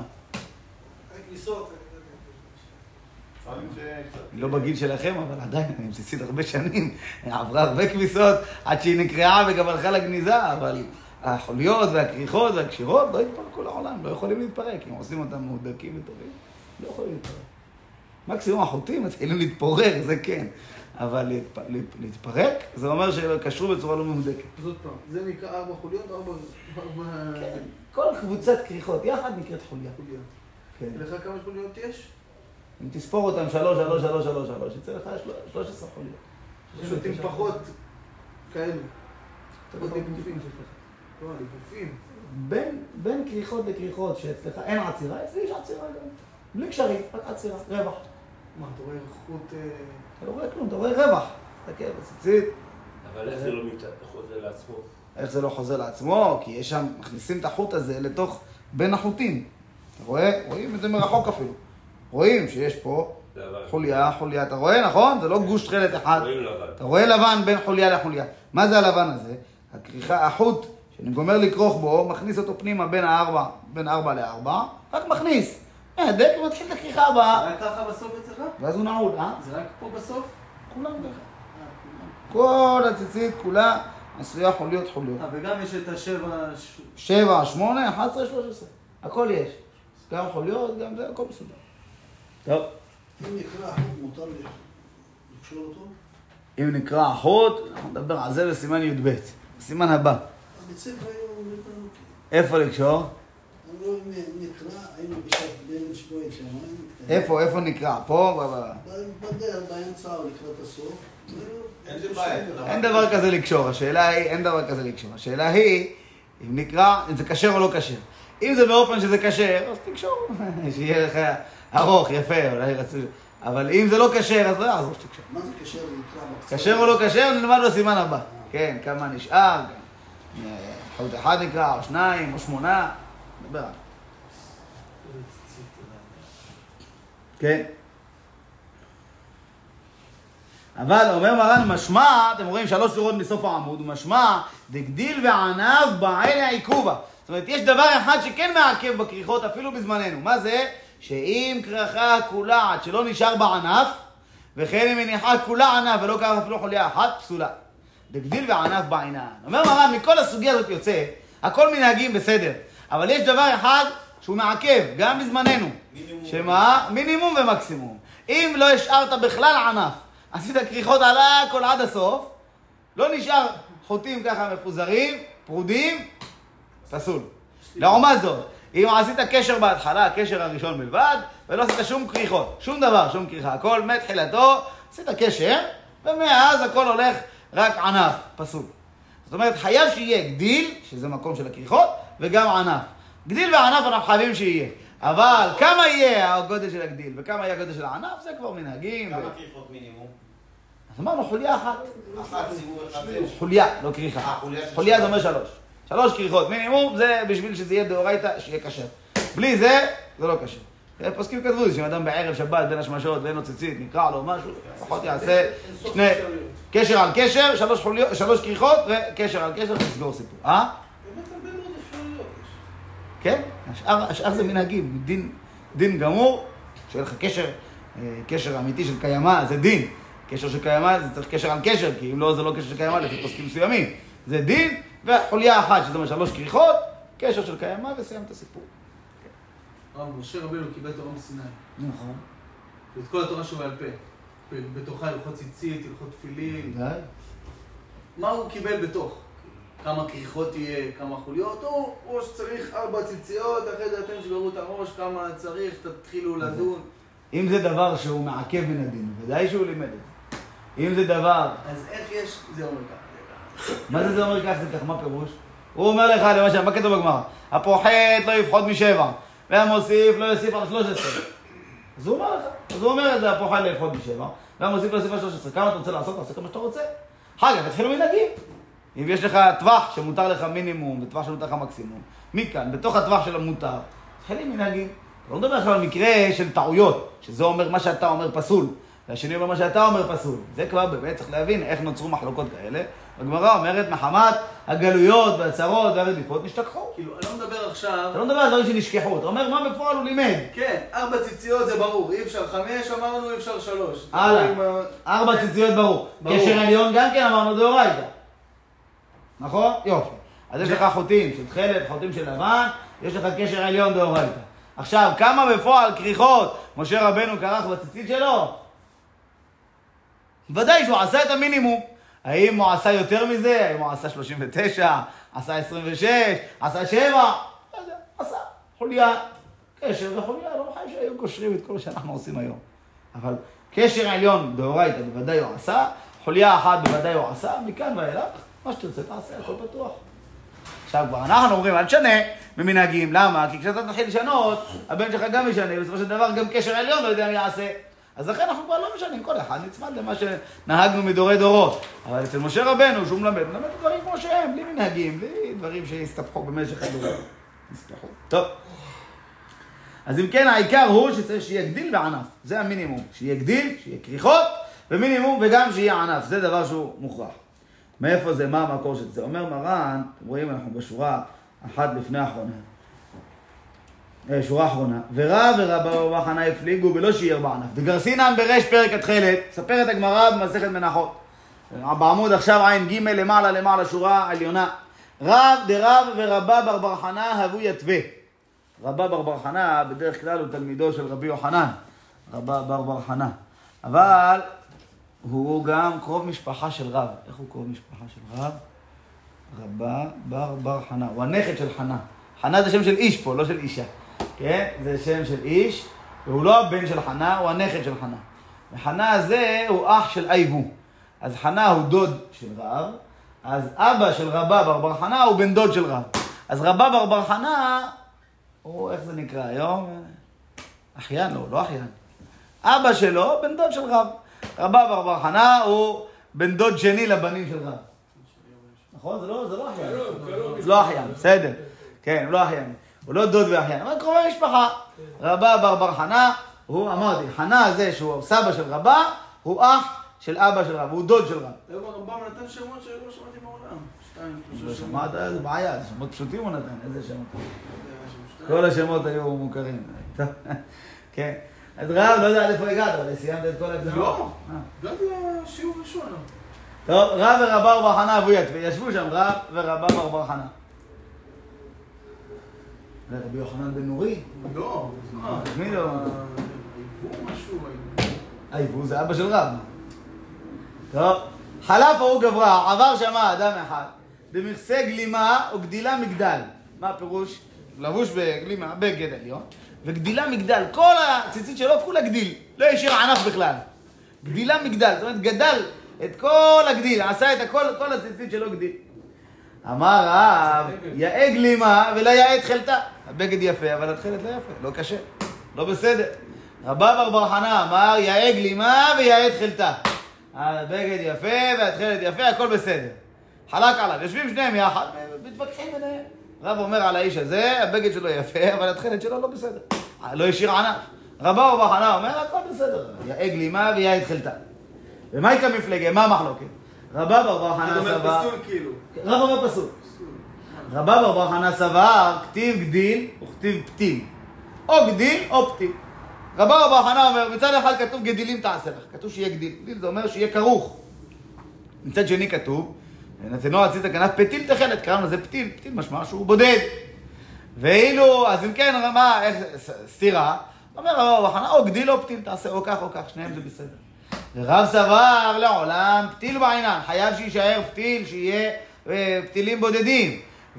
לא בגיל שלכם, אבל עדיין, אני בסיסית הרבה שנים, עברה הרבה כביסות עד שהיא נקרעה וגם הלכה לגניזה, אבל החוליות והכריכות והקשירות לא התפרקו לעולם, לא יכולים להתפרק. אם עושים אותם מהודקים וטובים, לא יכולים להתפרק. מקסימום החוטים מתחילים להתפורר, זה כן. אבל להתפרק, זה אומר שקשרו בצורה לא מהודקת. זאת פעם, זה נקרא 4 חוליות, 4... כן, כל קבוצת כריכות יחד נקראת חוליה. כן. לך כמה חוליות יש? אם תספור אותם 3, יצא לך 13 חוליות. פשוט עם פחות כאלו. פחות ליפופים. לא, ליפופים. בין כריכות לכריכות שאצלך אין עצירה, אצלי יש עצירה גם. בלי קשרים, רק עצירה, רווח. מה, אתה רואה חוט... אתה לא רואה כלום, אתה רואה רווח. תסתכל בציצית. אבל איך זה לא חוזר לעצמו? איך זה לא חוזר לעצמו? כי יש שם, מכניסים את החוט הזה לתוך בין החוטים. אתה רואה? רואים את זה מרחוק אפילו. רואים שיש פה חוליה, אתה רואה, נכון? זה לא גוש תכלת אחד. אתה רואה לבן בין חוליה לחוליה. מה זה הלבן הזה? החוט שאני גומר לכרוך בו, מכניס אותו פנימה בין 4 ל-4, רק מכניס. מהדק ומתחיל את הכריכה הבאה. זה רק ככה בסוף אצלך? ואז הוא נעול, זה רק פה בסוף? כולם ככה. כל הציצית כולה עשויה חוליות. וגם יש את 7, 8, 11, 13. הכל יש. גם חוליות, גם זה, הכל מסודר. טוב. אם נקרא החוט, מותר לקשור אותו? אם נקרא החוט, אנחנו נדבר על זה בסימן י"ב. בסימן הבא. אז בצבע היום... איפה לקשור? אמרו אם נקרא, היינו בשעת בין שבועית שם. איפה נקרא? פה? בדרך, באמצע או לקראת הסוף. אין זה בעיה. אין דבר כזה לקשור. השאלה היא, אם נקרא, אם זה כשר או לא כשר. אם זה באופן שזה כשר, אז תקשור. שיהיה לך ארוך, יפה, אולי רצו. אבל אם זה לא כשר, אז לא יעזור שתקשור. מה זה כשר? כשר או לא כשר, נלמד בסימן הבא. כן, כמה נשאר. חוט אחד נקרא, או 2, או 8. נדבר. כן. אבל אומר מרן משמע, אתם רואים 3 שורות מסוף העמוד, משמע, דגדיל וענב בעין העיכובה. זאת אומרת, יש דבר אחד שכן מעכב בכריכות אפילו בזמננו. מה זה? שאם כרכה כולה עד שלא נשאר בענף, וכן אם מניחה כולה ענף ולא קרה אפילו חוליה אחת, פסולה. דגדיל וענף בעינן. אומר מרן, מכל הסוגיה הזאת יוצא, הכל מנהגים בסדר. אבל יש דבר אחד שהוא מעכב, גם בזמננו. שמה? מינימום ומקסימום. אם לא השארת בכלל ענף, עשית כריכות על הכל עד הסוף, לא נשאר חוטים ככה מפוזרים, פרודים, פסול. לעומת זאת, אם עשית קשר בהתחלה, הקשר הראשון בלבד, ולא עשית שום כריכות, שום דבר, שום כריכה, הכל מתחילתו, עשית קשר, ומאז הכל הולך רק ענף, פסול. זאת אומרת, חייב שיהיה גדיל, שזה מקום של הכריכות, וגם ענף. גדיל וענף אנחנו חייבים שיהיה. אבל כמה יהיה הגודל של הגדיל, וכמה יהיה הגודל של הענף, זה כבר מנהגים. כמה כריכות מינימום? אז אמרנו, חוליה אחת. אחת סיבוב אחד. חוליה, לא כריכה. חוליה זה אומר 3. 3 כריכות מינימום, זה בשביל שזה יהיה דאורייתא, שיהיה כשר. בלי זה, זה לא כשר. פוסקים כתבו זה, שאם אדם בערב שבת בין השמשות ואין לו ציצית, נקרא לו משהו, לפחות יעשה שני קשר על קשר, 3 כריכות, וקשר על קשר, נסגור סיפור. באמת הרבה מאוד אפשרויות יש. כן? השאר זה מנהגים, דין גמור, שיהיה לך קשר אמיתי של קיימה, זה דין. קשר של קיימה, זה צריך קשר על קשר, כי אם לא, זה לא קשר של קיימה, לפי פוסקים מסוימים. זה דין, וחוליה אחת, שזה אומר 3 כריכות, קשר של קיימה, וסיים את הסיפור. משה רבנו קיבל תורה מסיני. נכון. ואת כל התורה שהוא בעל פה. בתוכה הלכות ציצית, הלכות תפילין. די. מה הוא קיבל בתוך? כמה כריכות יהיה, כמה חוליות, או שצריך 4 ציציות, אחרי זה אתם שגרו את הראש, כמה צריך, תתחילו לדון. אם זה דבר שהוא מעכב מן הדין, ודאי שהוא לימד את זה. אם זה דבר... אז איך יש... זה אומר ככה. מה זה אומר כך? זה כך, מה פירוש? הוא אומר לך, למשל, מה כתוב בגמרא? הפוחת לא יפחות מ7, והמוסיף לא יוסיף על 13. אז הוא אומר לך, אז הוא אומר את זה, הפוחת לא יפחות מ7, והמוסיף לא יוסיף על 13. כמה אתה רוצה לעשות? תעשה כמה שאתה רוצה. אחר כך, תתחילו מנהגים. אם יש לך טווח שמותר לך מינימום, וטווח שמותר לך מקסימום, מכאן, בתוך הטווח של המותר, תתחילים מנהגים. לא מדבר לך על מקרה של טעויות, שזה אומר מה שאתה אומר פסול, והשני אומר מה שאתה אומר פסול. זה כבר באמת צריך להבין איך נוצרו מחלוקות כאלה. הגמרא אומרת, מחמת הגלויות והצרות והרדיפות נשתכחו. כאילו, אני לא מדבר עכשיו... אתה לא מדבר על דברים שנשכחו, אתה אומר מה בפועל הוא לימד. כן, 4 ציציות זה ברור, אי אפשר 5, אמרנו אי אפשר 3. הלאה, 4 ציציות ברור. קשר עליון גם כן אמרנו דאורייתא. נכון? יופי. אז יש לך חוטים של תכלת, חוטים של לבן, יש לך קשר עליון דאורייתא. עכשיו, כמה בפועל כריכות משה רבנו כרך בציצית שלו? ודאי שהוא עשה את המינימום. האם הוא עשה יותר מזה? האם הוא עשה 39? עשה 26? עשה 7? לא יודע, עשה חוליה. קשר וחוליה, לא חייב שהיו קושרים את כל מה שאנחנו עושים היום. אבל קשר עליון דאורייתא בוודאי הוא עשה, חוליה אחת בוודאי הוא עשה, מכאן ואילך, מה שתרצה תעשה, הכל פתוח. עכשיו כבר אנחנו אומרים, אל תשנה ממנהגים, למה? כי כשאתה תתחיל לשנות, הבן שלך גם ישנה, בסופו של דבר גם קשר עליון לא יודע מי יעשה. אז לכן אנחנו כבר לא משנים, כל אחד נצמד למה שנהגנו מדורי דורות. אבל אצל משה רבנו, שהוא מלמד דברים כמו שהם, בלי מנהגים, בלי דברים שהסתפחו במשך הדורות. הסתפחו. טוב. אז אם כן, העיקר הוא שצריך שיהיה גדיל וענף. זה המינימום. שיהיה גדיל, שיהיה כריכות, ומינימום וגם שיהיה ענף. זה דבר שהוא מוכרח. מאיפה זה? מה המקור של זה? אומר מרן, אתם רואים, אנחנו בשורה אחת לפני האחרונה. שורה אחרונה. ורב ורבה ובחנה הפליגו ולא שיער בענף. וגרסינן ברש פרק התחלת, ספרת הגמרא במסכת מנחות. בעמוד עכשיו עין ג' למעלה, שורה עליונה. רב דרב ורבה בר חנה הבו יתווה. רבה בר חנה בדרך כלל הוא תלמידו של רבי יוחנן. רבה בר חנה. אבל הוא גם קרוב משפחה של רב. איך הוא קרוב משפחה של רב? רבה בר חנה. הוא הנכד של חנה. חנה זה שם של איש פה, לא של אישה. כן? זה שם של איש, והוא לא הבן של חנה, הוא הנכד של חנה. וחנה הזה הוא אח של אייבו. אז חנה הוא דוד של רב, אז אבא של רבה בר חנה הוא בן דוד של רב. אז רבה בר חנה, הוא, איך זה נקרא היום? אחיין, לא אחיין. אבא שלו בן דוד של רב. רבה בר חנה הוא בן דוד שני לבנים של רב. נכון? זה לא אחיין. זה לא אחיין, בסדר. כן, הוא לא אחיין. הוא לא דוד ואחיין, אבל קרובי משפחה. רבה בר חנה, הוא אמרתי, חנה הזה שהוא סבא של רבה, הוא אח של אבא של רב, הוא דוד של רב. היום הרמב"ם נתן שמות שלא שמעתי מעולם. 2, 3 לא שמות. שמעת, איזה בעיה, זה שמות פשוטים הוא נתן, איזה שמות. כל השמות היו מוכרים. כן. אז רב, לא יודע איפה הגעת, אבל סיימת את כל הקדמות. לא, הגעתי לשיעור ראשון. טוב, רב ורבה בר חנה אבו יתווה, וישבו שם רב ורבה בר חנה. רבי יוחנן בן נורי? לא, מי לא? אייבו משהו. אייבו זה אבא של רב. טוב, חלף ההוא גברה, עבר שמה אדם אחד, במכסה גלימה או גדילה מגדל. מה הפירוש? לבוש בגלימה, בגד עליון, וגדילה מגדל, כל הציצית שלו כולה גדיל, לא השאיר ענף בכלל. גדילה מגדל, זאת אומרת גדל את כל הגדיל, עשה את הכל, כל הציצית שלו גדיל. אמר רב, יאה גלימה ולא יאה תכלתה. הבגד יפה, אבל התכלת לא יפה, לא קשה, לא בסדר. רבא בר חנא אמר, יאה גלימה ויאה תכלתה. הבגד יפה והתכלת יפה, הכל בסדר. חלק עליו, יושבים שניהם יחד, מתווכחים ביניהם. רב אומר על האיש הזה, הבגד שלו יפה, אבל התכלת שלו לא בסדר. לא השאיר ענף. רבא בר חנא אומר, הכל בסדר. יאה גלימה ויאה תכלתה. ומה היא כמפלגה? מה המחלוקת? רבא בר חנא סבר... זאת אומרת פסול כאילו. רב אומר פסול. רבא בר חנא סבר, כתיב גדיל וכתיב פתיל. או גדיל או פתיל. רבא בר חנא אומר, מצד אחד כתוב גדילים תעשה לך. כתוב שיהיה גדיל. גדיל זה אומר שיהיה כרוך. מצד שני כתוב, נתנו עשית כנף פתיל תכלת, קראנו לזה פתיל. פתיל משמע שהוא בודד. ואילו, אז אם כן, מה, איך סתירה? אומר רבא בר חנא, או גדיל או פתיל תעשה, או כך או כך, שניהם זה בסדר. ורב סבר לעולם פתיל בעינן, חייב שישאר פתיל, שיהיה פתילים בודדים.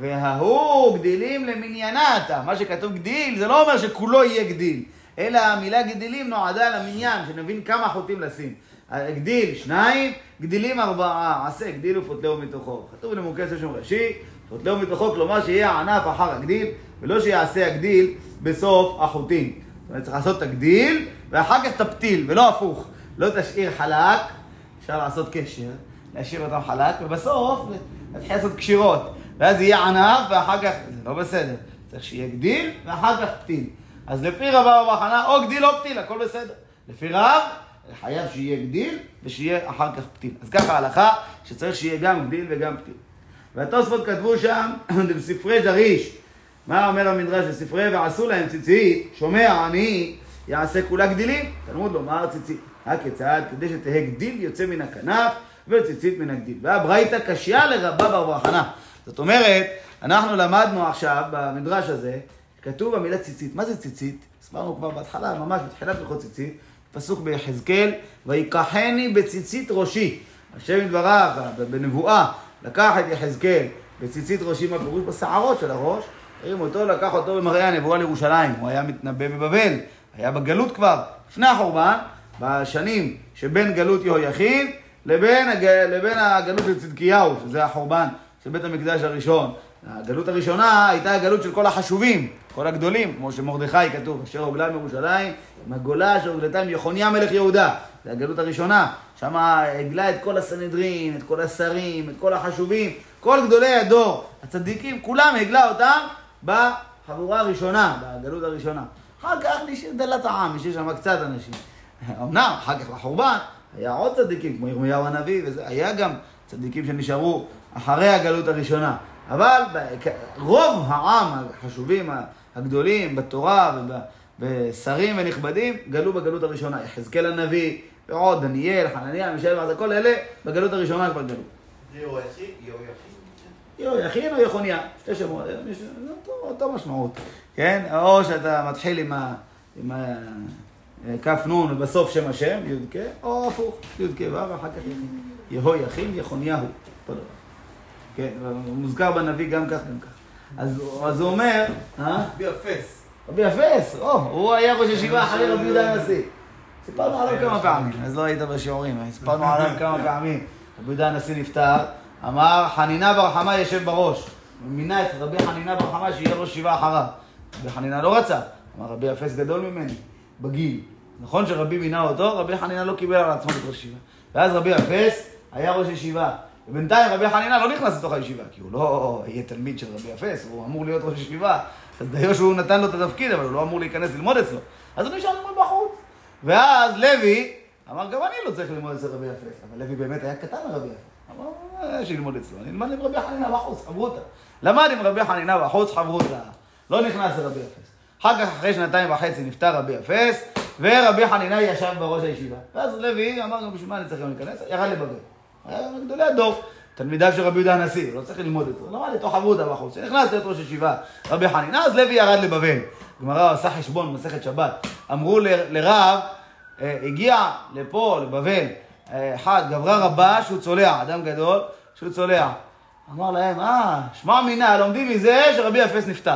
וההוא גדילים למניינתה, מה שכתוב גדיל זה לא אומר שכולו יהיה גדיל, אלא המילה גדילים נועדה למניין, שנבין כמה חוטים לשים. גדיל 2, גדילים 4, עשה גדיל ופותלהו מתוכו. כתוב למוקס שם ראשי, פותלהו מתוכו, כלומר שיהיה הענף אחר הגדיל, ולא שיעשה הגדיל בסוף החוטים. זאת אומרת צריך לעשות את הגדיל ואחר כך את הפתיל, ולא הפוך. לא תשאיר חלק, אפשר לעשות קשר, להשאיר אותם חלק, ובסוף נתחיל לעשות קשירות. ואז יהיה ענף, ואחר כך, זה לא בסדר. צריך שיהיה גדיל, ואחר כך פתיל. אז לפי רבא בר חנא, או גדיל או פתיל, הכל בסדר. לפי רב, חייב שיהיה גדיל, ושיהיה אחר כך פתיל. אז ככה ההלכה, שצריך שיהיה גם גדיל וגם פתיל. והתוספות כתבו שם, בספרי דריש, מה אומר המדרש בספרי, ועשו להם ציצית, שומע אני, יעשה כולה גדילים. תלמוד לומר ציצית. הכיצד? כדי שתהיה גדיל יוצא מן הכנף וציצית מן הגדיל. והברייתא קשיא לרבא בר חנא. זאת אומרת, אנחנו למדנו עכשיו במדרש הזה, כתוב במילה ציצית. מה זה ציצית? הסברנו כבר בהתחלה, ממש בתחילת הלכות ציצית, פסוק ביחזקאל, ויקחני בציצית ראשי. השם יתברך בנבואה לקח את יחזקאל בציצית ראשי, מה פירוש? בשערות של הראש, הרים אותו, לקח אותו במראה הנבואה לירושלים. הוא היה מתנבא בבבל, היה בגלות כבר, לפני החורבן, בשנים שבין גלות יהויכין לבין הגלות של צדקיהו, שזה החורבן של בית המקדש הראשון. הגלות הראשונה הייתה הגלות של כל החשובים, כל הגדולים, כמו שמרדכי כתוב, אשר הוגלה מירושלים, עם הגולה אשר הוגלתה עם יחוניה מלך יהודה. זה הגלות הראשונה, שם הגלה את כל הסנהדרין, את כל השרים, את כל החשובים, כל גדולי הדור, הצדיקים, כולם הגלה אותם בחבורה הראשונה, בגלות הראשונה. אחר כך נשאיר דלת העם, נשאיר שם קצת אנשים. אמנם, אחר כך לחורבן, היה עוד צדיקים, כמו ירמיהו הנביא, וזה היה גם צדיקים שנשארו אחרי הגלות הראשונה. אבל רוב העם, החשובים, הגדולים, בתורה ובשרים ונכבדים, גלו בגלות הראשונה. יחזקאל הנביא, ועוד, דניאל, חנניה, מישאל, כל אלה, בגלות הראשונה כבר גלו. יהויכין או יחוניה, שתי שמות, זה אותו משמעות. כן? או שאתה מתחיל עם כף נון ובסוף שם השם, יודקה, או הפוך, יודקה ואחר כך יהויכין, יחוניהו, אותו דבר. כן, מוזכר בנביא גם כך, גם כך. אז הוא אומר, רבי אפס. רבי אפס, הוא היה ראש ישיבה אחרי רבי יהודה הנשיא. סיפרנו עליו כמה פעמים, אז לא היית בשיעורים, סיפרנו עליו כמה פעמים. רבי יהודה הנשיא נפטר, אמר, חנינה בר חמא ישב בראש. הוא מינה את רבי חנינה בר חמא שיהיה ראש ישיבה אחריו. רבי חנינה לא רצה, אמר, רבי אפס גדול ממני, בגיל. נכון שרבי מינה אותו, רבי חנינה לא קיבל על עצמו את ראש ישיבה. ואז רבי אפס היה ראש ישיבה. ובינתיים רבי חנינה לא נכנס לתוך הישיבה, כי הוא לא יהיה תלמיד של רבי אפס, הוא אמור להיות ראש ישיבה. אז דיו שהוא נתן לו את התפקיד, אבל הוא לא אמור להיכנס ללמוד אצלו. אז הוא נשאר ללמוד בחוץ. ואז לוי אמר, גם אני לא צריך ללמוד אצל רבי אפס. אבל לוי באמת היה קטן לרבי אפס. אמר, יש ללמוד אצלו. אני אלמד עם רבי חנינה בחוץ, חברותה. למד עם רבי חנינה בחוץ, חברותה. לא נכנס לרבי אפס. אחר כך, אחרי 2.5 נפטר רבי אפס, ורבי חנינה ישב בראש הישיבה. ואז לוי אמר, בשביל מה אני צריך להיכנס? ירד לבבל. היה גדולי הדור, תלמידיו של רבי יהודה הנשיא, לא צריך ללמוד את זה. לא למד איתו חברותה בחוץ. שנכנס להיות ראש ישיבה רבי חנינה, אז לוי ירד לבבל. גמרא עשה חשבון במסכת שבת. אמרו לרב, הגיע לפה, לבבל, אחד, גברא רבה שהוא צולע, אדם גדול שהוא צולע. אמר להם, שמע מינה, לומדים מזה שרבי אפס נפטר.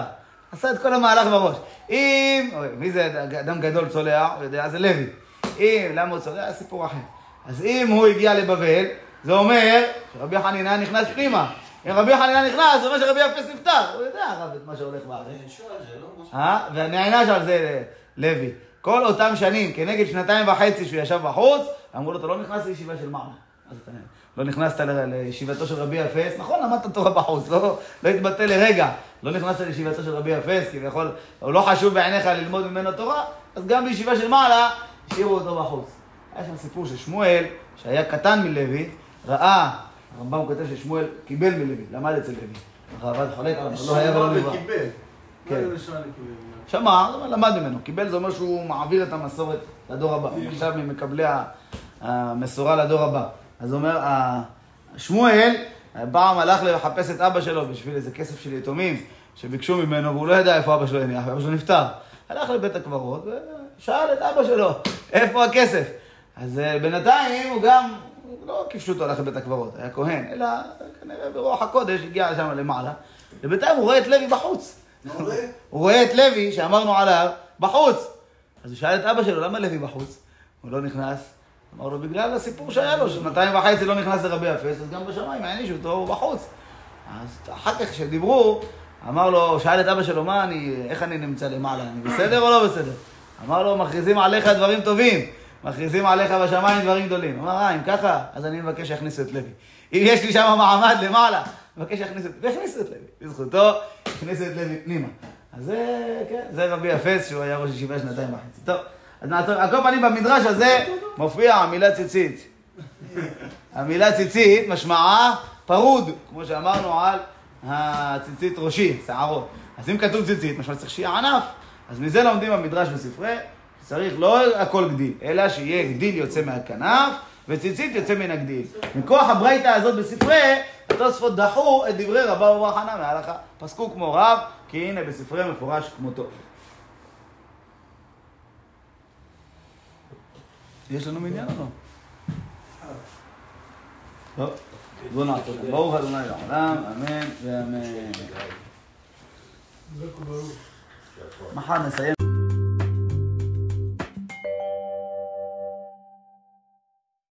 עשה את כל המהלך בראש. אם, מי זה אדם גדול צולע? הוא יודע, זה לוי. למה הוא צולע? סיפור אחר. אז אם הוא הגיע לבבל, זה אומר שרבי חנינא נכנס פנימה. אם רבי חנינא נכנס, זה אומר שרבי אפס נפטר. הוא יודע הרב את מה שהולך בארץ. ונענש על זה לוי. כל אותם שנים, כנגד 2.5 שהוא ישב בחוץ, אמרו לו, אתה לא נכנס לישיבה של מעלה. אז אתה לא נכנסת לישיבתו של רבי אפס, נכון, למדת תורה בחוץ, לא התבטא לרגע. לא נכנסת לישיבתו של רבי אפס, כי הוא לא חשוב בעיניך ללמוד ממנו תורה, אז גם בישיבה של מעלה, השאירו אותו בחוץ. היה שם סיפור ששמואל, שהיה קטן מלוי, ראה, הרמב"ם כותב ששמואל קיבל מלוי, למד אצל לוי. הרעב"ד חולק, לא היה ולא נברא. כן. שמע, למד ממנו. קיבל זה אומר שהוא מעביר את המסורת לדור הבא. הוא עכשיו ממקבלי המסורה לדור הבא. אז הוא אומר, שמואל פעם הלך לחפש את אבא שלו בשביל איזה כסף של יתומים שביקשו ממנו, והוא לא ידע איפה אבא שלו הניח, ואבא שלו נפטר. הלך לבית הקברות ושאל את אבא שלו, איפה הכסף? אז בינתיים הוא גם, לא כיפשו אותו הלך לבית הקברות, היה כהן, אלא כנראה ברוח הקודש הגיע שם למעלה. ובינתיים הוא רואה את לוי בחוץ. הוא רואה את לוי שאמרנו עליו בחוץ. אז הוא שאל את אבא שלו, למה לוי בחוץ? הוא לא נכנס. אמר לו, בגלל הסיפור שהיה לו, 2.5 לא נכנס לרבי אפס, אז גם בשמיים הענישו אותו בחוץ. אז אחר כך כשדיברו, אמר לו, שאל את אבא שלו, איך אני נמצא למעלה? אני בסדר או לא בסדר? אמר לו, מכריזים עליך דברים טובים, מכריזים עליך בשמיים דברים גדולים. אמר, אם ככה, אז אני מבקש שיכניסו את לוי. אם יש לי שם מעמד למעלה, מבקש שיכניסו את לוי. בזכותו, הכניסו את לוי פנימה. אז זה, כן, זה רבי אפס, שהוא היה ראש ישיבה 2.5. טוב. אז נעצור, על כל פנים במדרש הזה מופיע המילה ציצית. המילה ציצית משמעה פרוד, כמו שאמרנו על הציצית ראשי, שערות. אז אם כתוב ציצית, משמע צריך שיהיה ענף. אז מזה לומדים במדרש בספרי, צריך לא הכל גדיל, אלא שיהיה גדיל יוצא מהכנף, וציצית יוצא מן הגדיל. מכוח הברייתא הזאת בספרי, התוספות דחו את דברי רבא ובר חנא מההלכה. פסקו כמו רב, כי הנה בספרי מפורש כמותו. יש לנו מניין או לא? טוב, בואו נעצור. ברוך ה' לעולם, אמן ואמן. מחר נסיים.